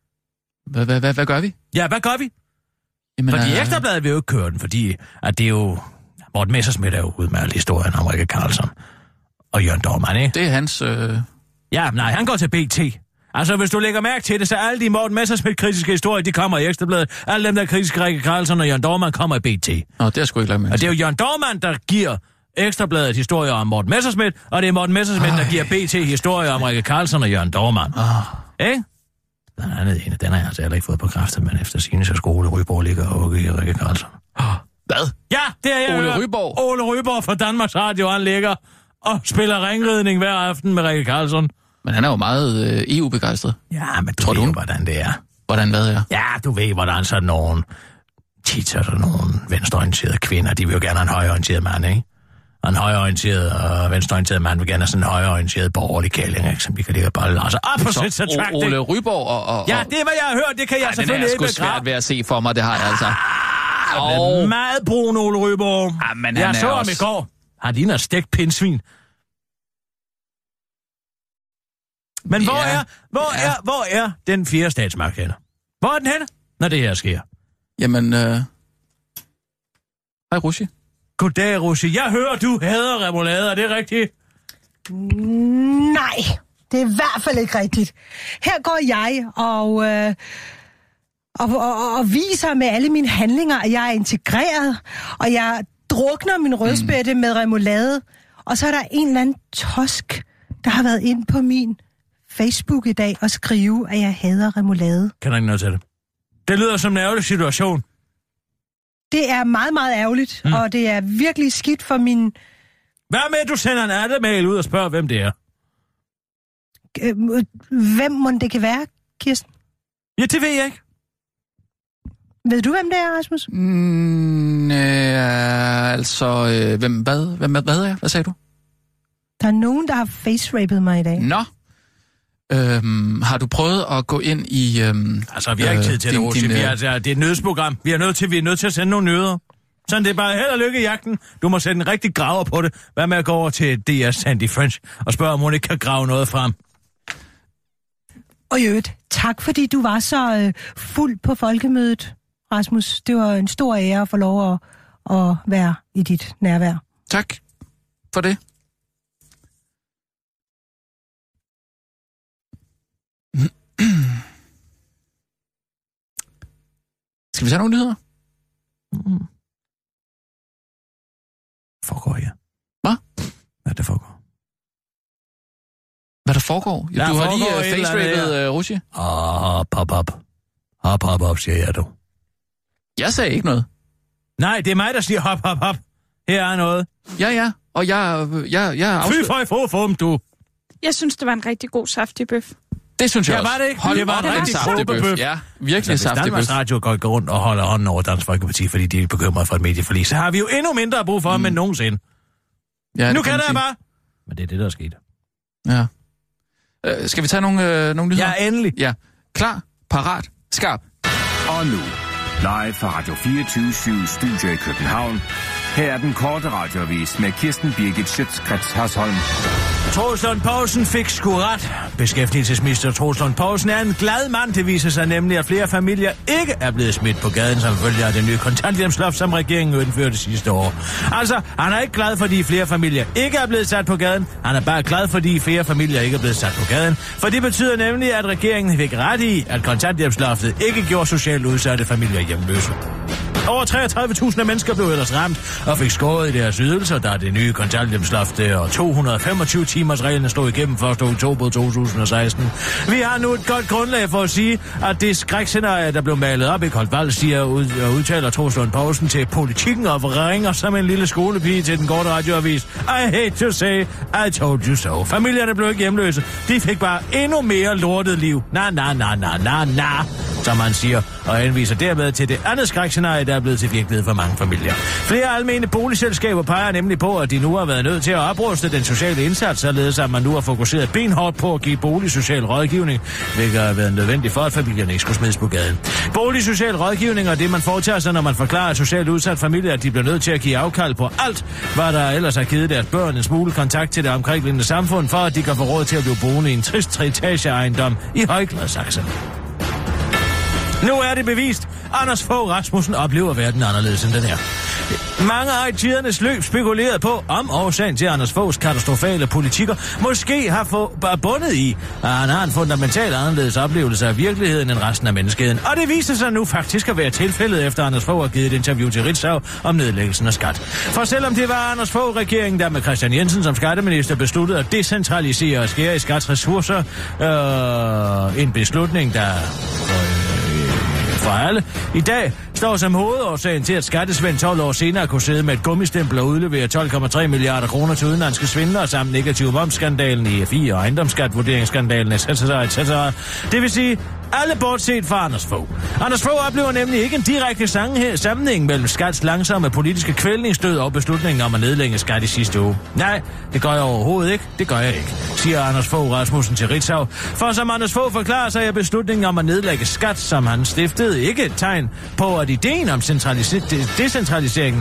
Hvad gør vi? Ja, hvad gør vi? Jamen, fordi Ekstrabladet vil jo ikke køre den, fordi at det er jo... Morten Messerschmidt er jo ude med alle historien om Rikke Carlson og Jørgen Dohrmann, ikke? Det er hans... Ja, nej, han går til BT. Altså, hvis du lægger mærke til det, så alle de Morten Messerschmidt-kritiske historier, de kommer i Ekstrabladet. Alle dem, der er kritiske Rikke Carlson og Jørgen Dohrmann, kommer i BT. Nå, det er sgu ikke lagt med. Og det er jo Jørgen Dohrmann, der giver Ekstrabladet historier om Morten Messerschmidt, og det er Morten Messerschmidt, der giver BT historier om Rikke Carlson og Jørgen Dohrmann. Ikke? Den anden den har jeg altså heller ikke fået på kræfter, men efter sine så skole Ryborg ligger og hugger i Rikke Carlson. Hvad? Ja, det er jeg. Ole Ryborg? Ole Ryborg fra Danmarks Radio, han ligger og spiller ringridning hver aften med Rikke Carlson. Men han er jo meget EU-begejstret. Ja, men du ved jo, hvordan det er. Hvordan hvad er? Ja, du ved, hvordan sådan nogle... Tit er der nogle venstreorienterede kvinder, de vil jo gerne have en højreorienteret mand, ikke? Og en højreorienteret og venstreorienteret mand vil gerne have sådan en højreorienteret borgerlig kælling, ikke? Som vi kan ligge og bolle. Altså, opposites attract, Ole Ryborg og... Ja, det er, hvad jeg har hørt, det kan jeg selvfølgelig ikke begrave. Det er sgu svært ved at se for mig, det har jeg altså. Meget brun Ole Ryborg. Ja, men jeg så ham i går. Han ligner stegt pindsvin. Men hvor er den 4. statsmagt henne? Hvor er den henne, når det her sker? Jamen, hej Russi. Goddag, Russi. Jeg hører, du hader remoulade, er det rigtigt? Nej, det er i hvert fald ikke rigtigt. Her går jeg og viser med alle mine handlinger, at jeg er integreret, og jeg drukner min rødspætte med remoulade. Og så er der en eller anden tosk, der har været inde på min Facebook i dag og skrive, at jeg hader remoulade. Kan der ikke noget til det? Det lyder som en ærgerlig situation. Det er meget, meget ærgerligt, og det er virkelig skidt for min... Hvad med, at du sender en ademail ud og spørger, hvem det er? Hvem må det kan være, Kirsten? Ja, det ved jeg ikke. Ved du, hvem det er, Rasmus? Hvad er jeg? Hvad sagde du? Der er nogen, der har face-rapet mig i dag. Nå. Har du prøvet at gå ind i... altså, vi har ikke tid til det, Rosi. Det er et nødsprogram. Vi er nødt til at sende nogle nyheder. Sådan, det er bare held og lykke i jagten. Du må sætte en rigtig graver på det. Hvad med at gå over til DR Sandy French og spørge, om hun ikke kan grave noget frem? Og Jødt, tak fordi du var så fuld på folkemødet, Rasmus. Det var en stor ære at få lov at være i dit nærvær. Tak for det. Skal vi tage nogle nyheder? Foregår, ja. Hvad? Hvad der foregår? Hvad der foregår? Ja, du har lige face-rapet Russi. Hop, siger jeg du. Jeg sagde ikke noget. Nej, det er mig, der siger hop. Her er noget. Ja, og jeg Fy for du. Jeg synes, det var en rigtig god saftig bøf. Det synes jeg også. Var det ikke? Det var en saftig bøf. Ja, virkelig saftig bøf. Hvis Danmarks Radio går rundt og holder hånden over Dansk Folkeparti, fordi de er bekymret for et medieforlig, så har vi jo endnu mindre brug for dem end nogensinde. Ja, nu kan jeg bare. Men det er det, der er sket. Ja. Skal vi tage nogle nyheder? Ja, endelig. Ja. Klar, parat, skarp. Og nu, live fra Radio 24/7 Studio i København. Her er den korte radioavis med Kirsten Birgit Schøtz-Krets Hasholm. Troels Lund Poulsen fik sgu ret. Beskæftigelsesminister Troels Lund Poulsen er en glad mand. Det viser sig nemlig, at flere familier ikke er blevet smidt på gaden, som følge af det nye kontanthjælpsloft, som regeringen indførte sidste år. Altså, han er ikke glad, fordi flere familier ikke er blevet sat på gaden. Han er bare glad, fordi flere familier ikke er blevet sat på gaden. For det betyder nemlig, at regeringen fik ret i, at kontanthjælpsloftet ikke gjorde socialt udsatte familier hjemløse. Over 33.000 mennesker blev ellers ramt og fik skåret i deres ydelser, da det nye kontanthjælpsloft og 225 timers reglen stod igennem 1. oktober 2016. Vi har nu et godt grundlag for at sige, at det skrækscenarie, der blev malet op i Koldvald, siger og udtaler Troels Lund Poulsen til Politikken og ringer som en lille skolepige til den korte radioavis. I hate to say, I told you so. Familierne blev ikke hjemløse. De fik bare endnu mere lortet liv. Na, som man siger, og henviser dermed til det andet skrækscenarie, der er blevet til virkelighed for mange familier. Flere almene boligselskaber peger nemlig på, at de nu har været nødt til at opruste den sociale indsats, således at man nu har fokuseret benhårdt på at give boligsocial rådgivning, hvilket har været nødvendigt for, at familierne ikke skulle smides på gaden. Boligsocial rådgivning er det, man foretager sig, når man forklarer et socialt udsat familie, at de bliver nødt til at give afkald på alt, hvad der ellers har givet deres børn en smule kontakt til det omkringliggende samfund, for at de kan få råd til at blive boende i en trist treetageejendom i Højgladsaxe. Nu er det bevist. Anders Fogh Rasmussen oplever verden anderledes end den her. Mange har i tidernes løb spekuleret på, om årsagen til Anders Foghs katastrofale politikker måske har bundet i, at han har en fundamental anderledes oplevelse af virkeligheden end resten af menneskeheden. Og det viser sig nu faktisk at være tilfældet, efter Anders Fogh har givet et interview til Ritzau om nedlæggelsen af skat. For selvom det var Anders Fogh-regeringen, der med Christian Jensen som skatteminister besluttede at decentralisere og skære i skats ressourcer, en beslutning, der for alle i dag står som hovedårsagen til, at skattesvend 12 år senere kunne sidde med et gummistempel og udlevere 12,3 milliarder kroner til udenlandske svindlere samt negativ momsskandalen i EFI og ejendomsskatvurderingsskandalen, etc. Det vil sige, alle bortset fra Anders Fogh. Anders Fogh oplever nemlig ikke en direkte sammenhæng mellem skats langsomme politiske kvælningsdød og beslutningen om at nedlægge skat i sidste uge. Nej, det gør jeg overhovedet ikke. Det gør jeg ikke, siger Anders Fogh Rasmussen til Ritzau. For som Anders Fogh forklarer sig, er beslutningen om at nedlægge skat, som han stiftede, ikke et tegn på, at ideen om decentraliseringen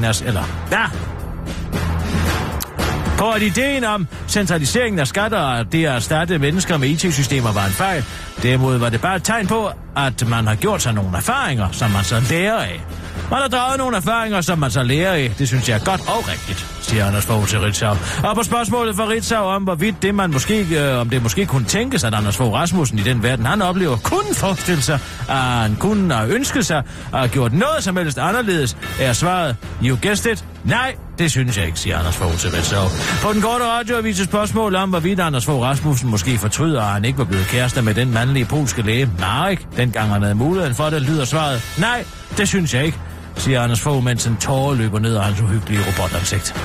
på at ideen om centraliseringen af skatter og det at erstatte mennesker med IT-systemer var en fejl. Derimod var det bare et tegn på, at man har gjort sig nogle erfaringer, som man så lærer af. Man har draget nogle erfaringer, som man så lærer af. Det synes jeg er godt og rigtigt, siger Anders Fogh til Ritzau. Og på spørgsmålet fra Ritzau om, hvorvidt det man måske kunne tænkes, at Anders Fogh Rasmussen i den verden, han oplever, kunne forestille sig, at han kunne have ønsket sig at have gjort noget som helst anderledes, er svaret, you guessed it, nej, det synes jeg ikke, siger Anders Fogh til Ritzau. På den korte radioavis spørgsmål om, hvorvidt Anders Fogh Rasmussen måske fortryder, at han ikke var blevet kærester med den mandlige polske læge, Marek, dengang han havde muligheden for det, lyder svaret, nej, det synes jeg ikke, siger Anders Fogh, mens en tårer løber ned af hans uhyggelige robotansigt.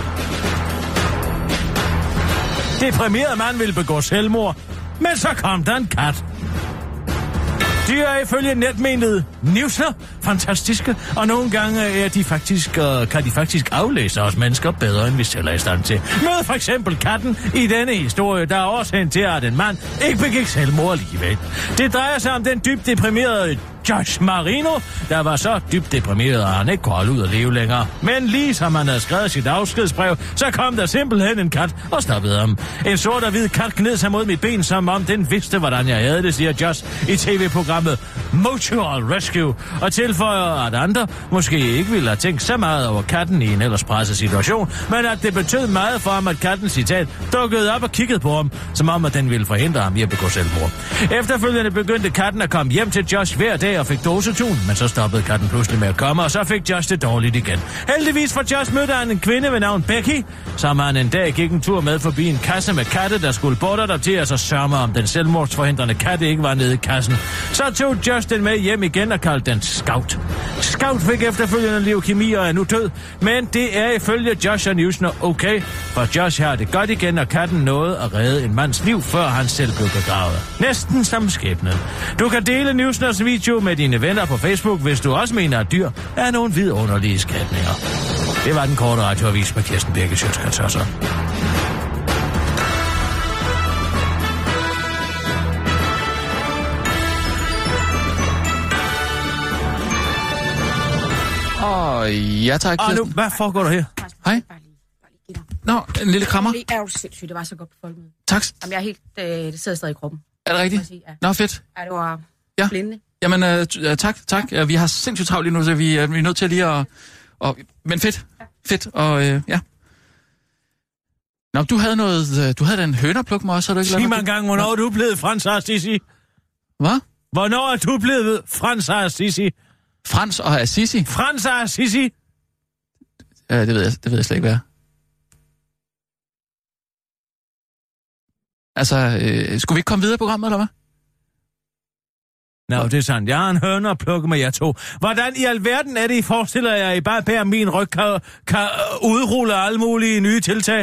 Deprimeret mand ville begå selvmord, men så kom der en kat. De er ifølge netmediet Newsner fantastiske, og nogle gange er kan de faktisk aflæse os mennesker bedre, end vi selv er i stand til. Mød for eksempel katten i denne historie, der er årsagen til, at en mand ikke begik selvmord alligevel. Det drejer sig om den dybt deprimerede Josh Marino, der var så dybt deprimeret, at han ikke kunne holde ud at leve længere. Men lige som han havde skrevet sit afskedsbrev, så kom der simpelthen en kat og stoppede ham. En sort og hvid kat gned sig mod mit ben, som om den vidste, hvordan jeg havde det, siger Josh i tv-programmet Mutual Rescue, og tilføjer, at andre måske ikke ville have tænkt så meget over katten i en ellers presset situation, men at det betød meget for ham, at katten, citat, dukkede op og kiggede på ham, som om at den ville forhindre ham i at begå selvmord. Efterfølgende begyndte katten at komme hjem til Josh hver dag og fik dosetun, men så stoppede katten pludselig med at komme, og så fik Josh det dårligt igen. Heldigvis for Josh mødte han en kvinde ved navn Becky, som han en dag gik en tur med forbi en kasse med katte, der skulle bortadopteres og sørge om den selvmordsforhindrende katte ikke var nede i kassen. Så tog Josh den med hjem igen og kaldte den Scout. Scout fik efterfølgende leukemi og er nu død, men det er ifølge Josh og Newsner okay, for Josh har det godt igen, og katten nåede at redde en mands liv, før han selv blev begravet. Næsten som skæbnen. Du kan dele Newsners video med dine venner på Facebook, hvis du også mener, at dyr er nogle vidunderlige skabninger. Det var den korte radioavis med Kirsten Birgit Schøtzgrads Hassan. Ja tak, Kirsten. Nu, hvad foregår der her? Hej. Nå, en lille krammer. Det er jo sindssygt, det var så godt på folkemødet. Tak. Jamen, jeg er helt... det sidder stadig i kroppen. Er det rigtigt? Sige, ja. Nå, fedt. Ja, det var blinde. Jamen, tak. Vi har sindssygt travlt lige nu, så vi er nødt til lige at... Men fedt. Fedt, og ja. Nå, du havde da en hønerpluk med os, så du ikke... Sig mig engang, hvornår er du blevet Frans og Assisi? Hvad? Hvornår er du blevet Frans og Assisi? Frans og Assisi? Frans og Assisi? Det ved jeg slet ikke, hvad. Altså, skulle vi ikke komme videre i programmet, eller hvad? Nå, det er sandt. Jeg har en høne at plukke med jer to. Hvordan i alverden er det, I forestiller jer, at I bare bærer min ryg kan udrulle alle mulige nye tiltag?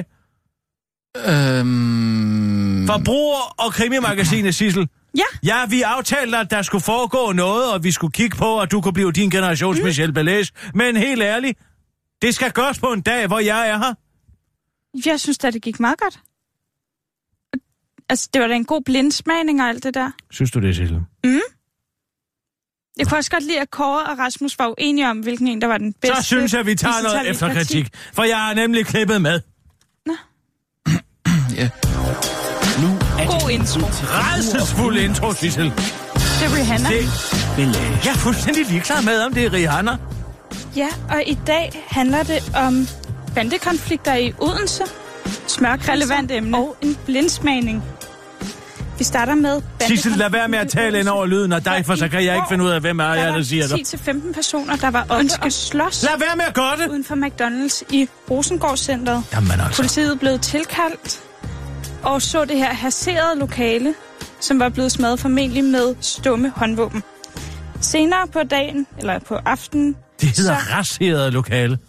Forbruger- og krimimagasinet, Sissel. Ja. Ja, vi aftalte, at der skulle foregå noget, og vi skulle kigge på, at du kunne blive din generations Michel Bellais. Men helt ærligt, det skal gøres på en dag, hvor jeg er her. Jeg synes da, det gik meget godt. Altså, det var da en god blindsmagning og alt det der. Synes du det, Sissel? Jeg kunne også godt lide, at Kåre og Rasmus var uenige om, hvilken en, der var den bedste. Så synes jeg, vi tager noget efterkritik, for jeg har nemlig klippet med. Nå. Ja. Nu er God intro. Rædselsfuld intro, Sissel. Det er Rihanna. Jeg er fuldstændig ligeglad med, om det er Rihanna. Ja, og i dag handler det om bandekonflikter i Odense, smørkrelevant emne og en blindsmagning. Vi starter med Sissel, lad være med at tale ind over lyden af dig, for så kan jeg ikke finde ud af, hvem er jeg, der siger det. Der var 10-15 personer, der var oppe og slås. Lad være med at gøre det! Uden for McDonald's i Rosengårdscenteret. Jamen altså. Politiet blev tilkaldt og så det her hasserede lokale, som var blevet smadret formentlig med stumme håndvåben. Senere på dagen, eller på aftenen... Det hedder raseret lokale.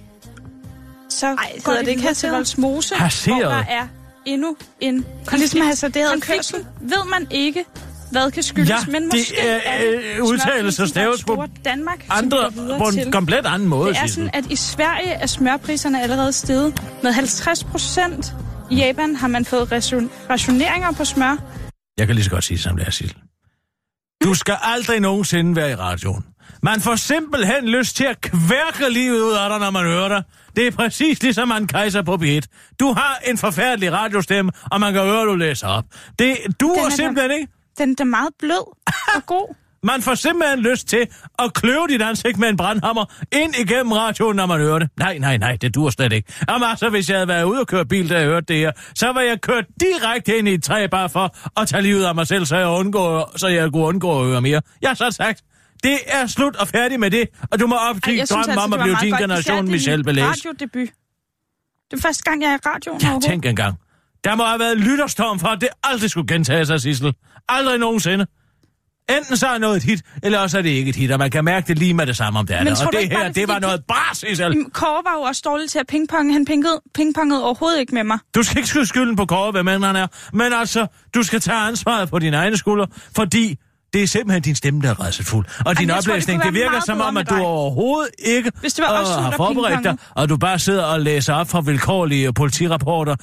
Så går det ikke her til Vollsmose, hvor der er endnu en konflikt. Kørsel ved man ikke, hvad kan skyldes, ja, men måske det udtales og staves på Danmark, andre, på en komplet anden måde. Det er sådan, at i Sverige er smørpriserne allerede steget med 50%. I Japan har man fået rationeringer på smør. Jeg kan lige så godt sige, som det er, Sissel. Du skal aldrig nogensinde være i radioen. Man får simpelthen lyst til at kværke livet ud af dig, når man hører dig. Det er præcis ligesom en kejser på P1. Du har en forfærdelig radiostemme, og man kan høre, at du læser op. Det duer simpelthen ikke. Den er meget blød og god. Man får simpelthen lyst til at kløve dit ansigt med en brandhammer ind igennem radioen, når man hører det. Nej, det duer slet ikke. Jamen altså, hvis jeg havde været ude og køre bil, da jeg hørte det her, så var jeg kørt direkte ind i et træ bare for at tage livet af mig selv, så jeg kunne undgå at høre mere. Jeg har så sagt, det er slut og færdig med det, og du må opgive drømmen om at blive din generation Michel Bellais. Radiodebut. Det er første gang, jeg er i radioen overhovedet. Tænk engang. Der må have været lytterstorm for, at det aldrig skulle gentage sig, Sissel. Aldrig nogensinde. Enten så er noget et hit, eller også er det ikke et hit, og man kan mærke det lige med det samme, om det er det. Og det her, det var noget bras, Sissel. Kåre var jo også dårlig til at pingponge. Han pingpongede overhovedet ikke med mig. Du skal ikke skyde skylden på Kåre, hvem end han er. Men altså, du skal tage ansvaret på dine egne skuldre, fordi det er simpelthen din stemme, der er rædselsfuld. Og din oplæsning, det virker som om, at du overhovedet ikke har forberedt dig, og du bare sidder og læser op fra vilkårlige politirapporter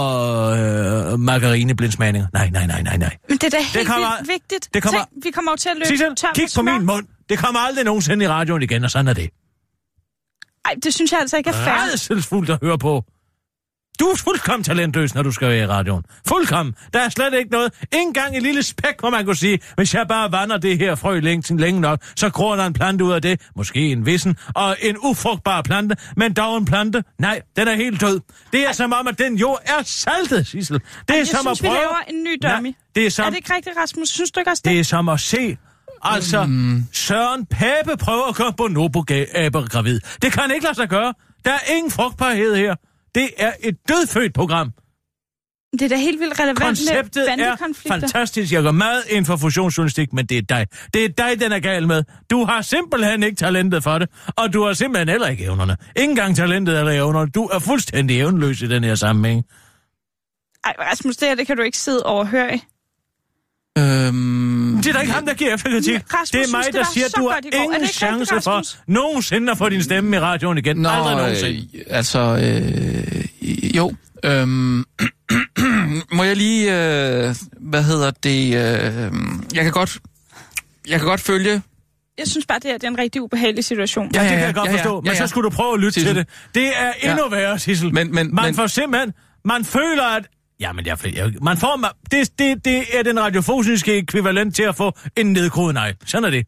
og margarineblindsmagninger. Nej. Men det er da helt vildt vigtigt. Tænk, vi kommer jo til at løbe Sissel, tør kig på min mund. Det kommer aldrig nogensinde i radioen igen, og sådan er det. Ej, det synes jeg altså ikke er fair. Rædselsfuldt at høre på. Du er fuldkommen talentløs, når du skal være i radioen. Fuldkommen. Der er slet ikke noget. Ingen engang en lille spæk, hvor man kunne sige, hvis jeg bare vander det her frø længe nok, så gror der en plante ud af det. Måske en vissen og en ufrugtbar plante, men dog en plante. Nej, den er helt død. Det er som om, at den jord er saltet, Sissel. Det er som at prøve... vi laver en ny dummy. Nej, det er det ikke rigtigt, Rasmus? Synes du ikke også det? Det er som at se... Altså, Søren Pape prøver at komme bonobo-aber gravid. Det kan ikke lade sig gøre. Der er ingen frugtbarhed her. Det er et dødfødt program. Det er da helt vildt relevant konceptet med bandekonflikter. Er fantastisk. Jeg går meget ind for fusionsjournalistik, men det er dig. Det er dig, den er gal med. Du har simpelthen ikke talentet for det, og du har simpelthen heller ikke evnerne. Ingen gang talentet eller evnerne. Du er fuldstændig evnløs i den her sammenhæng. Ej, Rasmus, det kan du ikke sidde og høre i. Det er da ikke ham, der giver efterkritik. Det er mig, der siger, at du har ingen chance for nogensinde at få din stemme i radioen igen. Nå, aldrig nogensinde. Jo. Må jeg lige... jeg kan godt følge Jeg synes bare, det er en rigtig ubehagelig situation. Ja, det kan jeg godt forstå. Men så skulle du prøve at lytte til det. Det er endnu værre, Sissel. Man får simpelthen... Man føler, at... Jamen, man får... Det er den radiofoniske ekvivalent til at få en nedgroet negl. Sådan er det.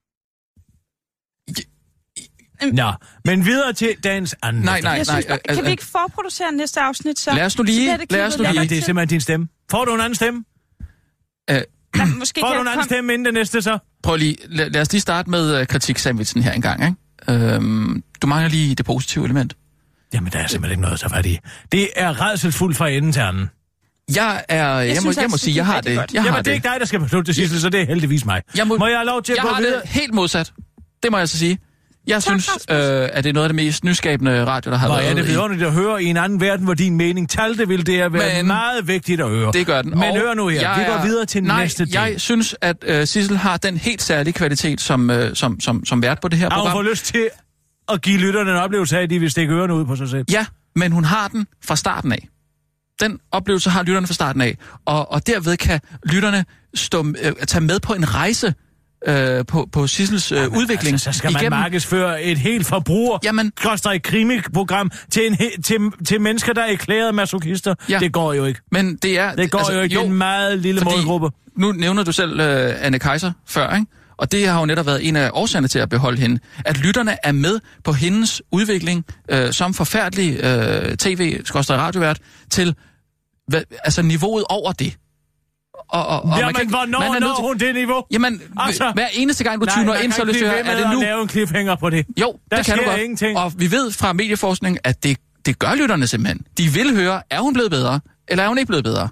Nå, men videre til dagens anden. Nej. Kan vi ikke forproducere næste afsnit, så? Lad os nu lige. Jamen, det er simpelthen din stemme. Får du en anden stemme? Måske får du en anden stemme inden det næste, så? Prøv lige. Lad os lige starte med kritik-sandwichen her engang, ikke? Du mangler lige det positive element. Jamen, der er simpelthen ikke noget så fat i. Det er rædselsfuldt fra enden til anden. Jeg må sige, jeg har det. Jamen, det er ikke dig, der skal beslutte det sidste, så det er heldigvis mig. Må jeg have lov til at gå videre? Jeg har det helt modsat. Det må jeg så sige. Jeg synes, at det er noget af det mest nyskabende radio, der har været. Ja, det er vidunderligt at høre i en anden verden, hvor din mening talte, vil det være meget vigtigt at høre. Det gør den. Men hør nu her, vi går videre til næste del. Jeg synes, at Sissel har den helt særlige kvalitet som vært på det her program. Har hun får lyst til at give lytterne en oplevelse af, at de vil stikke ørerne ud på sig selv? Ja, men hun har den fra starten af. Den oplevelse har lytterne fra starten af. Og derved kan lytterne tage med på en rejse på Sissels udvikling. Altså, så skal man markedsføre et helt krimiprogram til mennesker, der er erklærede masochister. Ja. Det går jo ikke. Men det går jo ikke. En meget lille målgruppe. Nu nævner du selv Anne Kaiser før, ikke? Og det har jo netop været en af årsagerne til at beholde hende. At lytterne er med på hendes udvikling som forfærdelig tv-radiovært til niveauet over det. Jamen, hvornår når hun det niveau? Jamen, hver eneste gang du tuner ind, så lyst til at høre, er det nu? Lave en cliffhanger på det. Jo, det kan du godt. Ingenting. Og vi ved fra medieforskning, at det gør lytterne simpelthen. De vil høre, er hun blevet bedre, eller er hun ikke blevet bedre?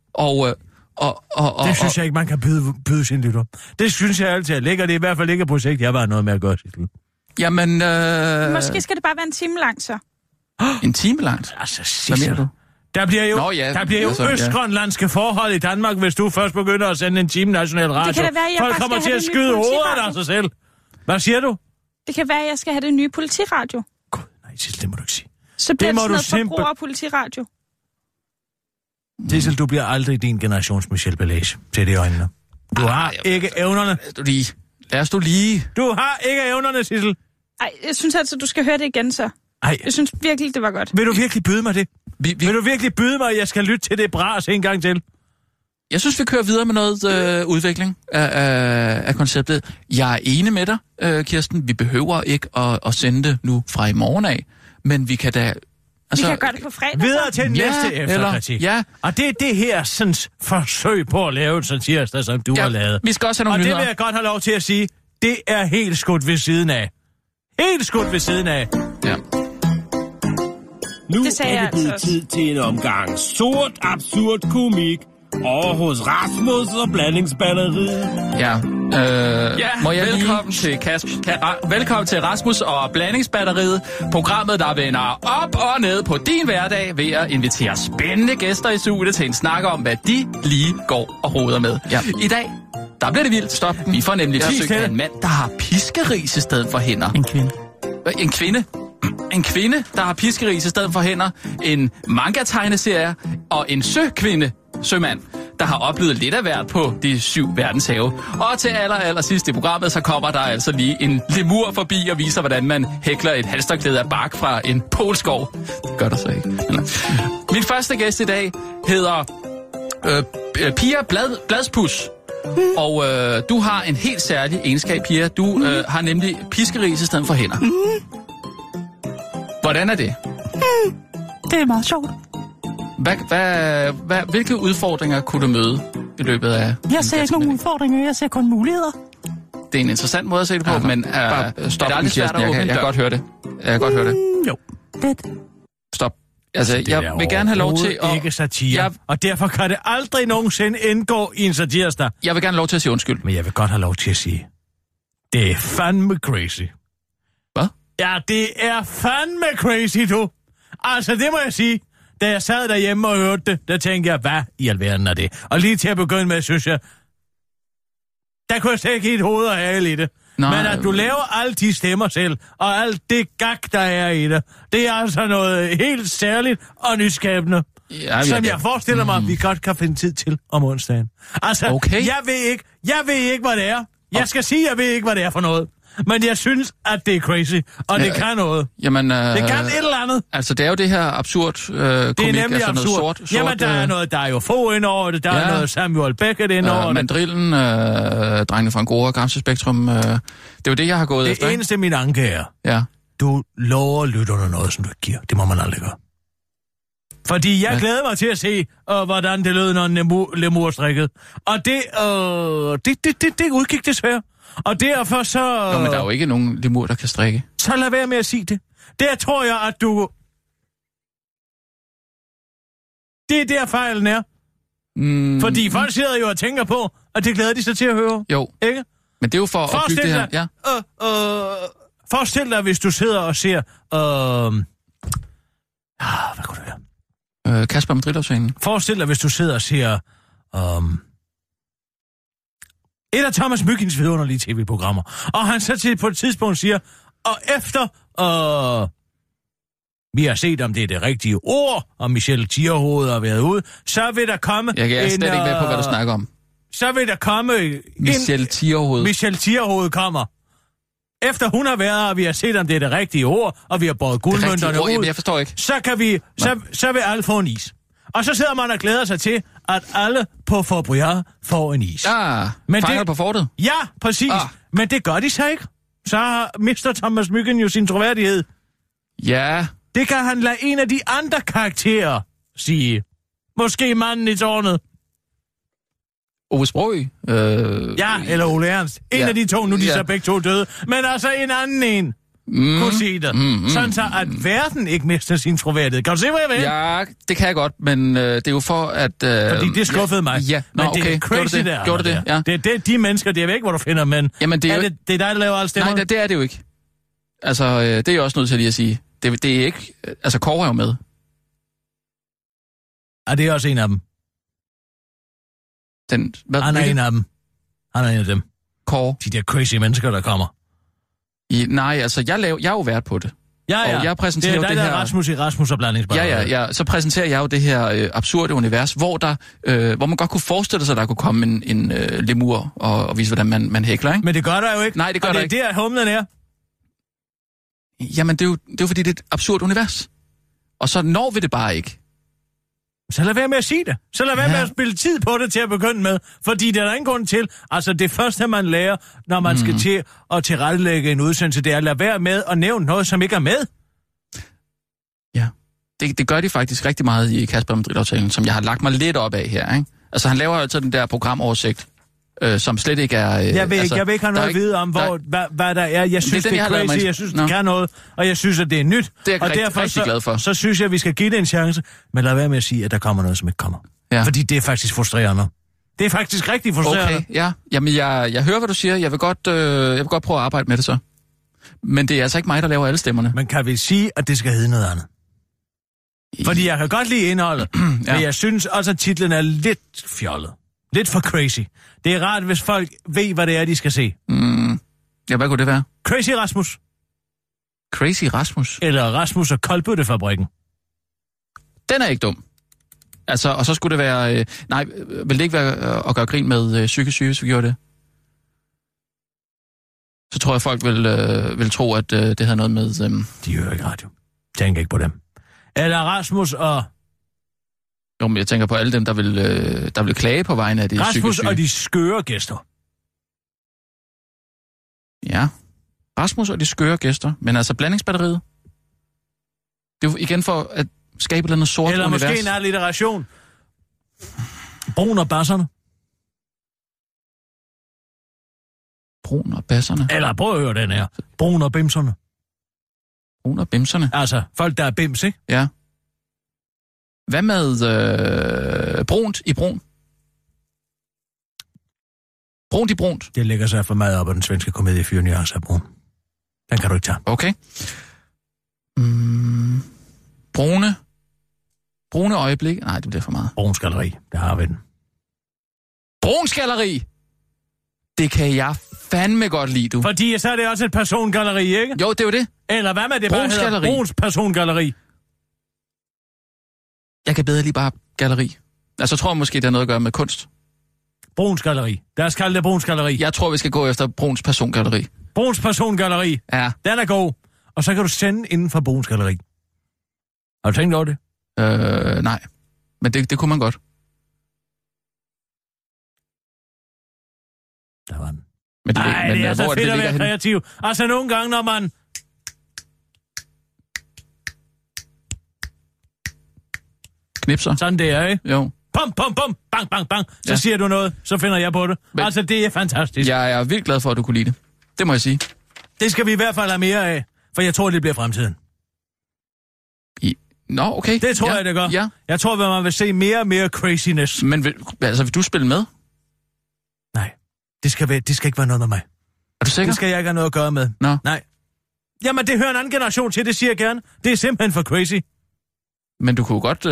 Det synes jeg ikke, man kan byde sin lytter. Det synes jeg altid er lækkert. Det er i hvert fald ikke et projekt, jeg bare noget med at gøre. Jamen, måske skal det bare være en time langt, så. En time langt? Altså, hvad mener du? Der bliver jo østgrønlandske forhold i Danmark, hvis du først begynder at sende en time national radio. Det kan da være, jeg folk kommer til at skyde hovedet af sig selv. Hvad siger du? Det kan være, jeg skal have det nye politiradio. God, nej, Sissel, det må du ikke sige. Så bliver det sådan noget forbruger politiradio. Sissel, du bliver aldrig din generations Michel Bellage til det i øjnene. Du har ikke evnerne. Lad os du lige. Du har ikke evnerne, Sissel. Ej, jeg synes altså, du skal høre det igen, så. Ej. Jeg synes virkelig, det var godt. Vil du virkelig byde mig det? Vil du virkelig byde mig, at jeg skal lytte til det bras en gang til? Jeg synes, vi kører videre med noget udvikling af konceptet. Jeg er enig med dig, Kirsten. Vi behøver ikke at sende det nu fra i morgen af, men vi kan da... Vi kan gøre det på fredag. Videre til næste efterkritik. Ja. Og det er det her sådan, forsøg på at lave et satirsdag, som du har lavet. Vi skal også have nogle nyheder. Og det vil jeg godt have lov til at sige, det er helt skudt ved siden af. Helt skudt ved siden af. Ja. Nu er det blevet tid til en omgang sort, absurd komik over hos Rasmus og Blandingsbatteriet. Ja, må jeg velkommen til Rasmus og Blandingsbatteriet, programmet, der vender op og ned på din hverdag ved at invitere spændende gæster i studiet til en snak om, hvad de lige går og roder med. Ja. I dag, der bliver det vildt. Stop. Vi får nemlig besøg af en mand, der har piskeris i stedet for hænder. En kvinde, der har piskeris i stedet for hænder, en manga-tegneserie og en sømand, der har oplevet lidt af hvert på de 7 verdenshave. Og til aller sidst i programmet, så kommer der altså lige en lemur forbi og viser, hvordan man hækler et halsterklæde af bark fra en polskov. Det gør der så ikke. Min første gæst i dag hedder Pia Bladspus. Og du har en helt særlig egenskab, Pia. Du har nemlig piskeris i stedet for hænder. Hvordan er det? Det er meget sjovt. Hvilke udfordringer kunne du møde i løbet af... Jeg ser ikke nogen udfordringer, jeg ser kun muligheder. Det er en interessant måde at se det på, men stop, er det aldrig svært at åbne? Jeg kan godt høre det. Jo, lidt. Stop. Altså, jeg vil gerne have lov til at... ikke satire, og derfor kan det aldrig nogensinde indgå i en satirsdag. Jeg vil gerne have lov til at sige undskyld. Men jeg vil godt have lov til at sige, det er fandme crazy. Hvad? Ja, det er fandme crazy, du. Altså, det må jeg sige. Da jeg sad derhjemme og hørte det, der tænkte jeg, hvad i alverden er det? Og lige til at begynde med, synes jeg, der kunne jeg slet ikke et hoved og hale i det. Nej. Men at du laver alle de stemmer selv, og alt det gag, der er i det, det er altså noget helt særligt og nyskabende. Ja, som jeg forestiller mig, vi godt kan finde tid til om onsdagen. Altså, okay. Jeg ved ikke, hvad det er. Jeg skal sige, jeg ved ikke, hvad det er for noget. Men jeg synes, at det er crazy, og det kan noget. Jamen, det kan et eller andet. Altså, det er jo det her absurd komik, det er nemlig altså absurd. Noget sort, jamen, der er noget, der er jo få ind over det, der er noget Samuel Beckett ind over det. Mandrillen, drengene fra Angora, Gramse Spektrum, det er jo det, jeg har gået efter. Det eneste, min anke er, du lover lytterne noget, som du ikke giver. Det må man aldrig gøre. Fordi jeg glæder mig til at se, hvordan det lød, når lemur strikkede. Og det udgik desværre. Og derfor så... Nå, men der er jo ikke nogen lemur, der kan strikke. Så lad være med at sige det. Der tror jeg, at du... Det er der fejlen er. Fordi folk sidder jo og tænker på, at det glæder de sig til at høre. Jo. Ikke? Men det er jo for at bygge det her. Ja. Forestil dig, hvis du sidder og ser... hvad kunne det være? Kasper Madrid-aftalen. Forestil dig, hvis du sidder og ser... et af Thomas Myggins vidunderlige tv-programmer. Og han så på et tidspunkt siger, og efter vi har set, om det er det rigtige ord, og Michelle Tierhoved har været ude, så vil der komme... Jeg er slet ikke med på, hvad du snakker om. Så vil der komme... Michelle Tierhoved. Michelle Tierhoved kommer. Efter hun har været, og vi har set, om det er det rigtige ord, og vi har båret guldmønterne ud... Jeg forstår ikke. Så kan vi... Så vil alle få en is. Og så sidder man og glæder sig til, at alle på Fort Boyard får en is. Ja, fanger på fortet. Ja, præcis. Men det gør de så ikke. Så mister Thomas Myggen jo sin troværdighed. Ja. Det kan han lade en af de andre karakterer sige. Måske manden i tårnet. Ove Sprogøe. Ja, eller Ole Ernst. En af de to, nu de så begge to døde. Men altså en anden en. Kunne sige det. Sådan så, at verden ikke mister sin troværdighed. Kan du se, hvad jeg vil? Ja, det kan jeg godt, men det er jo for, at... Fordi det skuffede mig. Ja, men det er crazy der. Gjorde det? Ja. Det er de mennesker, det er væk, hvor du finder, men jamen, det er det er dig, der laver alle stemmer? Nej, det er det jo ikke. Altså, det er jeg også nødt til lige at sige. Det er ikke... Altså, Kåre er jo med. Ja, det er også en af dem. Han er en af dem. Han er en af dem. Kåre. De der crazy mennesker, der kommer. Nej, altså, jeg er jo vært på det. Ja. Og jeg præsenterer det er det her... Rasmus og blandingsbrænderiet. Ja. Så præsenterer jeg jo det her absurde univers, hvor man godt kunne forestille sig, at der kunne komme en lemur og vise, hvordan man hækler, ikke? Men det gør der jo ikke. Nej, det gør der ikke. Og det er der, humlen er. Jamen, det er jo fordi, det er et absurd univers. Og så når vi det bare ikke. Så lad være med at sige det. Så lad være med at spille tid på det til at begynde med. Fordi der er ingen grund til. Altså det første, man lærer, når man skal til at tilrettelægge en udsendelse, det er at lade være med at nævne noget, som ikke er med. Ja, det gør de faktisk rigtig meget i Kasper Madrid-aftalen, som jeg har lagt mig lidt op af her, ikke? Altså han laver jo altid den der programoversigt, som slet ikke er... jeg vil ikke have noget at vide om, hvad der er. Jeg synes, det er crazy, jeg synes, det kan noget, og jeg synes, at det er nyt. Det er jeg rigtig glad for. Så synes jeg, at vi skal give det en chance, men lad være med at sige, at der kommer noget, som ikke kommer. Ja. Fordi det er faktisk frustrerende. Det er faktisk rigtig frustrerende. Okay, ja. Jamen, jeg hører, hvad du siger. Jeg vil godt prøve at arbejde med det så. Men det er altså ikke mig, der laver alle stemmerne. Men kan vi sige, at det skal hedde noget andet? Fordi jeg kan godt lide indholdet, men jeg synes også, at titlen er lidt fjollet. Lidt for crazy. Det er rart, hvis folk ved, hvad det er, de skal se. Ja, hvad kunne det være? Crazy Rasmus. Crazy Rasmus? Eller Rasmus og Koldbøttefabrikken. Den er ikke dum. Altså, og så skulle det være... nej, vil det ikke være at gøre grin med psykisk syge, hvis vi gjorde det? Så tror jeg, folk vil tro, at det havde noget med... De hører ikke radio. Tænk ikke på dem. Eller Rasmus og... Jo, men jeg tænker på alle dem, der vil klage på vegne af de psykisk syge. Rasmus og de skøre gæster. Ja, Rasmus og de skøre gæster. Men altså blandingsbatteriet. Det er jo igen for at skabe et eller andet sort eller univers. Eller måske en alliteration. Brun og basserne. Brun og basserne. Eller prøv at høre den her. Brun og bimserne. Brun og bimserne? Altså, folk der er bims, ikke? Ja. Hvad med brunt i brun? Brunt i brunt? Det lægger sig for meget op af den svenske komedie Fyre Nuancer af brun. Den kan du ikke tage. Okay. Brune øjeblik? Nej, det bliver for meget. Brunskalleri, der har vi den. Brunskalleri! Det kan jeg fandme godt lide, du. Fordi så er det også et persongalleri, ikke? Jo, det er jo det. Eller hvad med det bare hedder? Bruns persongalleri. Jeg kan bedre lige bare galleri. Altså, jeg tror måske, det har noget at gøre med kunst. Bruns Galleri. Lad os kalde det Bruns Galleri. Jeg tror, vi skal gå efter Bruns Persongalleri. Bruns Persongalleri. Ja. Den er god. Og så kan du sende inden for Bruns Galleri. Har du tænkt over det? Nej. Men det kunne man godt. Der var den. Men det er så fedt at være kreativ. Altså nogle gange, når man... Knipser. Sådan der, ikke? Jo. Pum, pum, pum, bang, bang, bang. Så siger du noget, så finder jeg på det. Men altså, det er fantastisk. Jeg er vildt glad for, at du kunne lide det. Det må jeg sige. Det skal vi i hvert fald have mere af, for jeg tror, det bliver fremtiden. Nå, okay. Det tror jeg, det gør. Ja. Jeg tror, at man vil se mere og mere craziness. Men vil du spille med? Nej, det skal ikke være noget med mig. Er du sikker? Det skal jeg ikke have noget at gøre med. Nå. Nej. Jamen, det hører en anden generation til, det siger jeg gerne. Det er simpelthen for crazy. Men du kunne godt,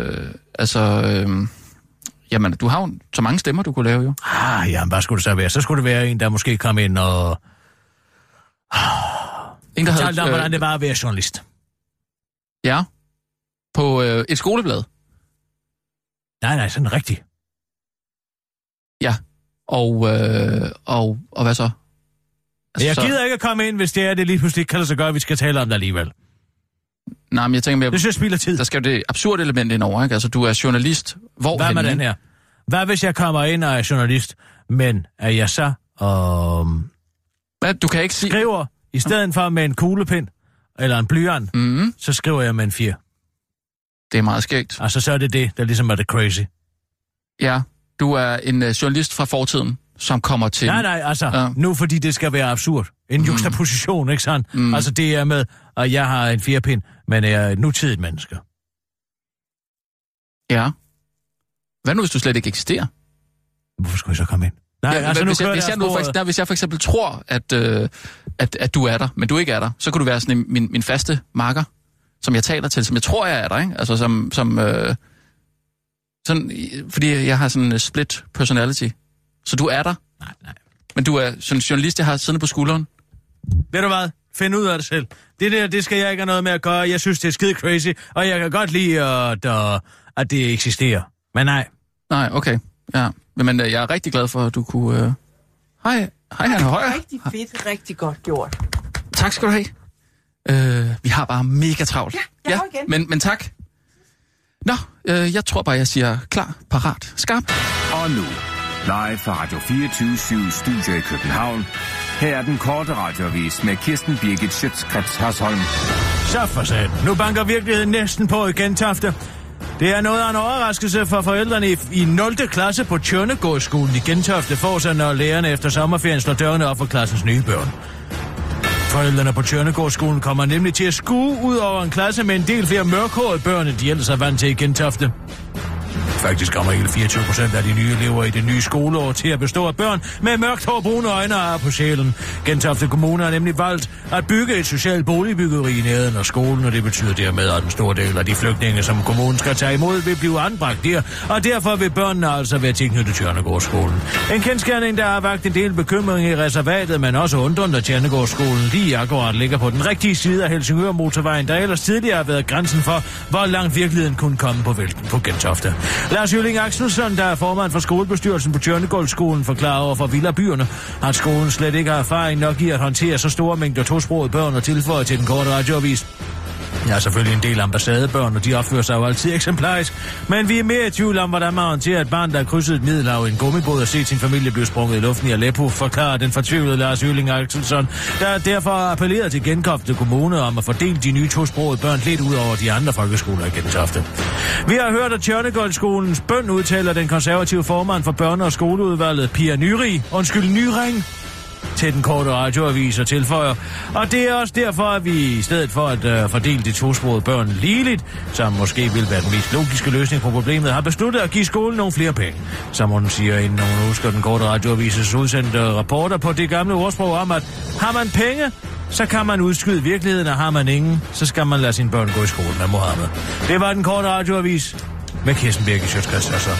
jamen, du har jo så mange stemmer, du kunne lave jo. Jamen, hvad skulle det så være? Så skulle det være en, der måske kom ind og... En, der fortalte om, hvordan det var at være journalist. Ja. På et skoleblad. Nej, sådan rigtigt. Ja. Og hvad så? Altså, jeg gider ikke at komme ind, hvis det lige pludselig ikke kan lade sig gøre, at vi skal tale om det alligevel. Nej, men jeg tænker mere... Det synes jeg spilder tid. Der skal jo det absurde element ind over, ikke? Altså, du er journalist. Hvad med den her? Hvad hvis jeg kommer ind og er journalist, men er jeg så... Hvad? Du kan ikke sige... Skriver, i stedet for med en kuglepind, eller en blyant, så skriver jeg med en 4. Det er meget skægt. Altså, så er det der ligesom er det crazy. Ja, du er en journalist fra fortiden, som kommer til... Nej, altså, nu fordi det skal være absurd. En juxtaposition, ikke sandt? Altså, det er med, at jeg har en 4-pind, men jeg er et nutidigt menneske. Ja. Hvad nu, hvis du slet ikke eksisterer? Hvorfor skulle jeg så komme ind? Nej, ja, altså, hvis jeg for eksempel tror, at du er der, men du ikke er der, så kunne du være sådan min faste marker, som jeg taler til, som jeg tror, jeg er der, ikke? Altså, sådan, fordi jeg har sådan en split personality. Så du er der. Nej. Men du er sådan en journalist, jeg har siddende på skulderen. Ved du hvad? Find ud af det selv. Det der, det skal jeg ikke have noget med at gøre. Jeg synes, det er skide crazy, og jeg kan godt lide, at det eksisterer. Men nej. Nej, okay. Ja. Men jeg er rigtig glad for, at du kunne... Hej, Hanne Højer. Rigtig fedt, rigtig godt gjort. Tak skal du have. Vi har bare mega travlt. Ja, igen. Men tak. Nå, jeg tror bare, jeg siger klar, parat, skarp. Og nu, live fra Radio 24/7 Studio i København. Her er den korte radioavis med Kirsten Birgit Schøtz-Krets Hasholm. Så for sat. Nu banker virkeligheden næsten på i Gentofte. Det er noget af en overraskelse for forældrene i 0. klasse på Tjørnegårdsskolen i Gentofte, får sig, når lærerne efter sommerferien slår dørene op for klassens nye børn. Forældrene på Tjørnegårdsskolen kommer nemlig til at skue ud over en klasse med en del flere mørkhårede børn, end de ellers er vant til i Gentofte. Faktisk kommer hele 24% af de nye elever i det nye skoleår til at bestå af børn med mørkt hår, brune øjne og ar på sjælen. Gentofte Kommune har nemlig valgt at bygge et socialt boligbyggeri i nærheden af skolen, og det betyder dermed, at en stor del af de flygtninge, som kommunen skal tage imod, vil blive anbragt der, og derfor vil børnene altså være tilknyttet Tjørnegårdsskolen. En kendsgerning, der har vakt en del bekymring i reservatet, men også undren, at Tjørnegårdsskolen lige akkurat ligger på den rigtige side af Helsingør-motorvejen, der ellers tidligere har været grænsen for, hvor langt virkeligheden kunne komme på vælten på Gentofte. Lars Jylling Axelsson, der er formand for skolebestyrelsen på Tjørnegårdsskolen, forklarer over for Villabyerne, at skolen slet ikke har erfaring nok i at håndtere så store mængder tosprogede børn og tilføje til den korte radioavis. Jeg er selvfølgelig en del ambassadebørn, og de opfører sig jo altid eksemplarisk. Men vi er mere i tvivl om, hvordan man håndterer et barn, der har krydset et middelhav i en gummibåd og set sin familie blive sprunget i luften i Aleppo, forklarer den fortvivlede Lars Jylling Axelsson, der derfor appellerer til Gentofte Kommune om at fordele de nye tosprogede børn lidt ud over de andre folkeskoler i Gentofte. Vi har hørt, at Tjørnegårdsskolens bøn udtaler den konservative formand for børne- og skoleudvalget, Pia Nyring, til den korte radioavis og tilføjer. Og det er også derfor, at vi i stedet for at fordele de tosprogede børn ligeligt, som måske vil være den mest logiske løsning på problemet, har besluttet at give skolen nogle flere penge. Som hun siger, inden hun husker den korte radioavises udsendte rapporter på det gamle ordsprog om, at har man penge, så kan man udskyde virkeligheden, og har man ingen, så skal man lade sine børn gå i skole med Mohammed. Det var den korte radioavis med Kirsten Birgit Schøtz-Krets Hasholm.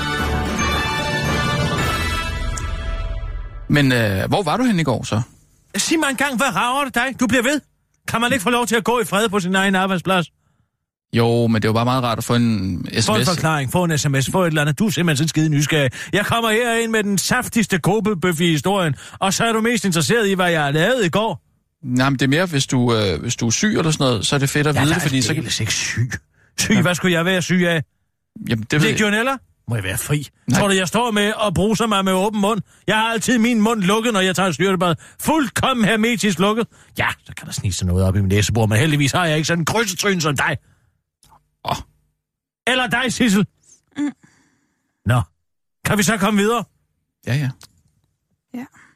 Men hvor var du henne i går så? Sig mig engang, hvad rager det dig? Du bliver ved. Kan man ikke få lov til at gå i fred på sin egen arbejdsplads? Jo, men det er jo bare meget rart at få en sms. Få en forklaring, få en sms, få et eller andet. Du er simpelthen så skide nysgerrig. Jeg kommer herind med den saftigste kobelbøf i historien, og så er du mest interesseret i, hvad jeg har lavet i går. Nej, men det er mere, hvis du er syg eller sådan noget, så er det fedt at vide det, fordi så kan... Jeg er ikke syg. Syg? Hvad skulle jeg være syg af? Jamen, det ved jeg. Legionella? Må jeg være fri? Nej. Tror du, jeg står med og bruser mig med åben mund? Jeg har altid min mund lukket, når jeg tager styrtebad. Fuldkommen hermetisk lukket. Ja, så kan der snige sig noget op i min næsebord, men heldigvis har jeg ikke sådan en krydsetryn som dig. Eller dig, Sissel. Nå, kan vi så komme videre? Ja. Ja.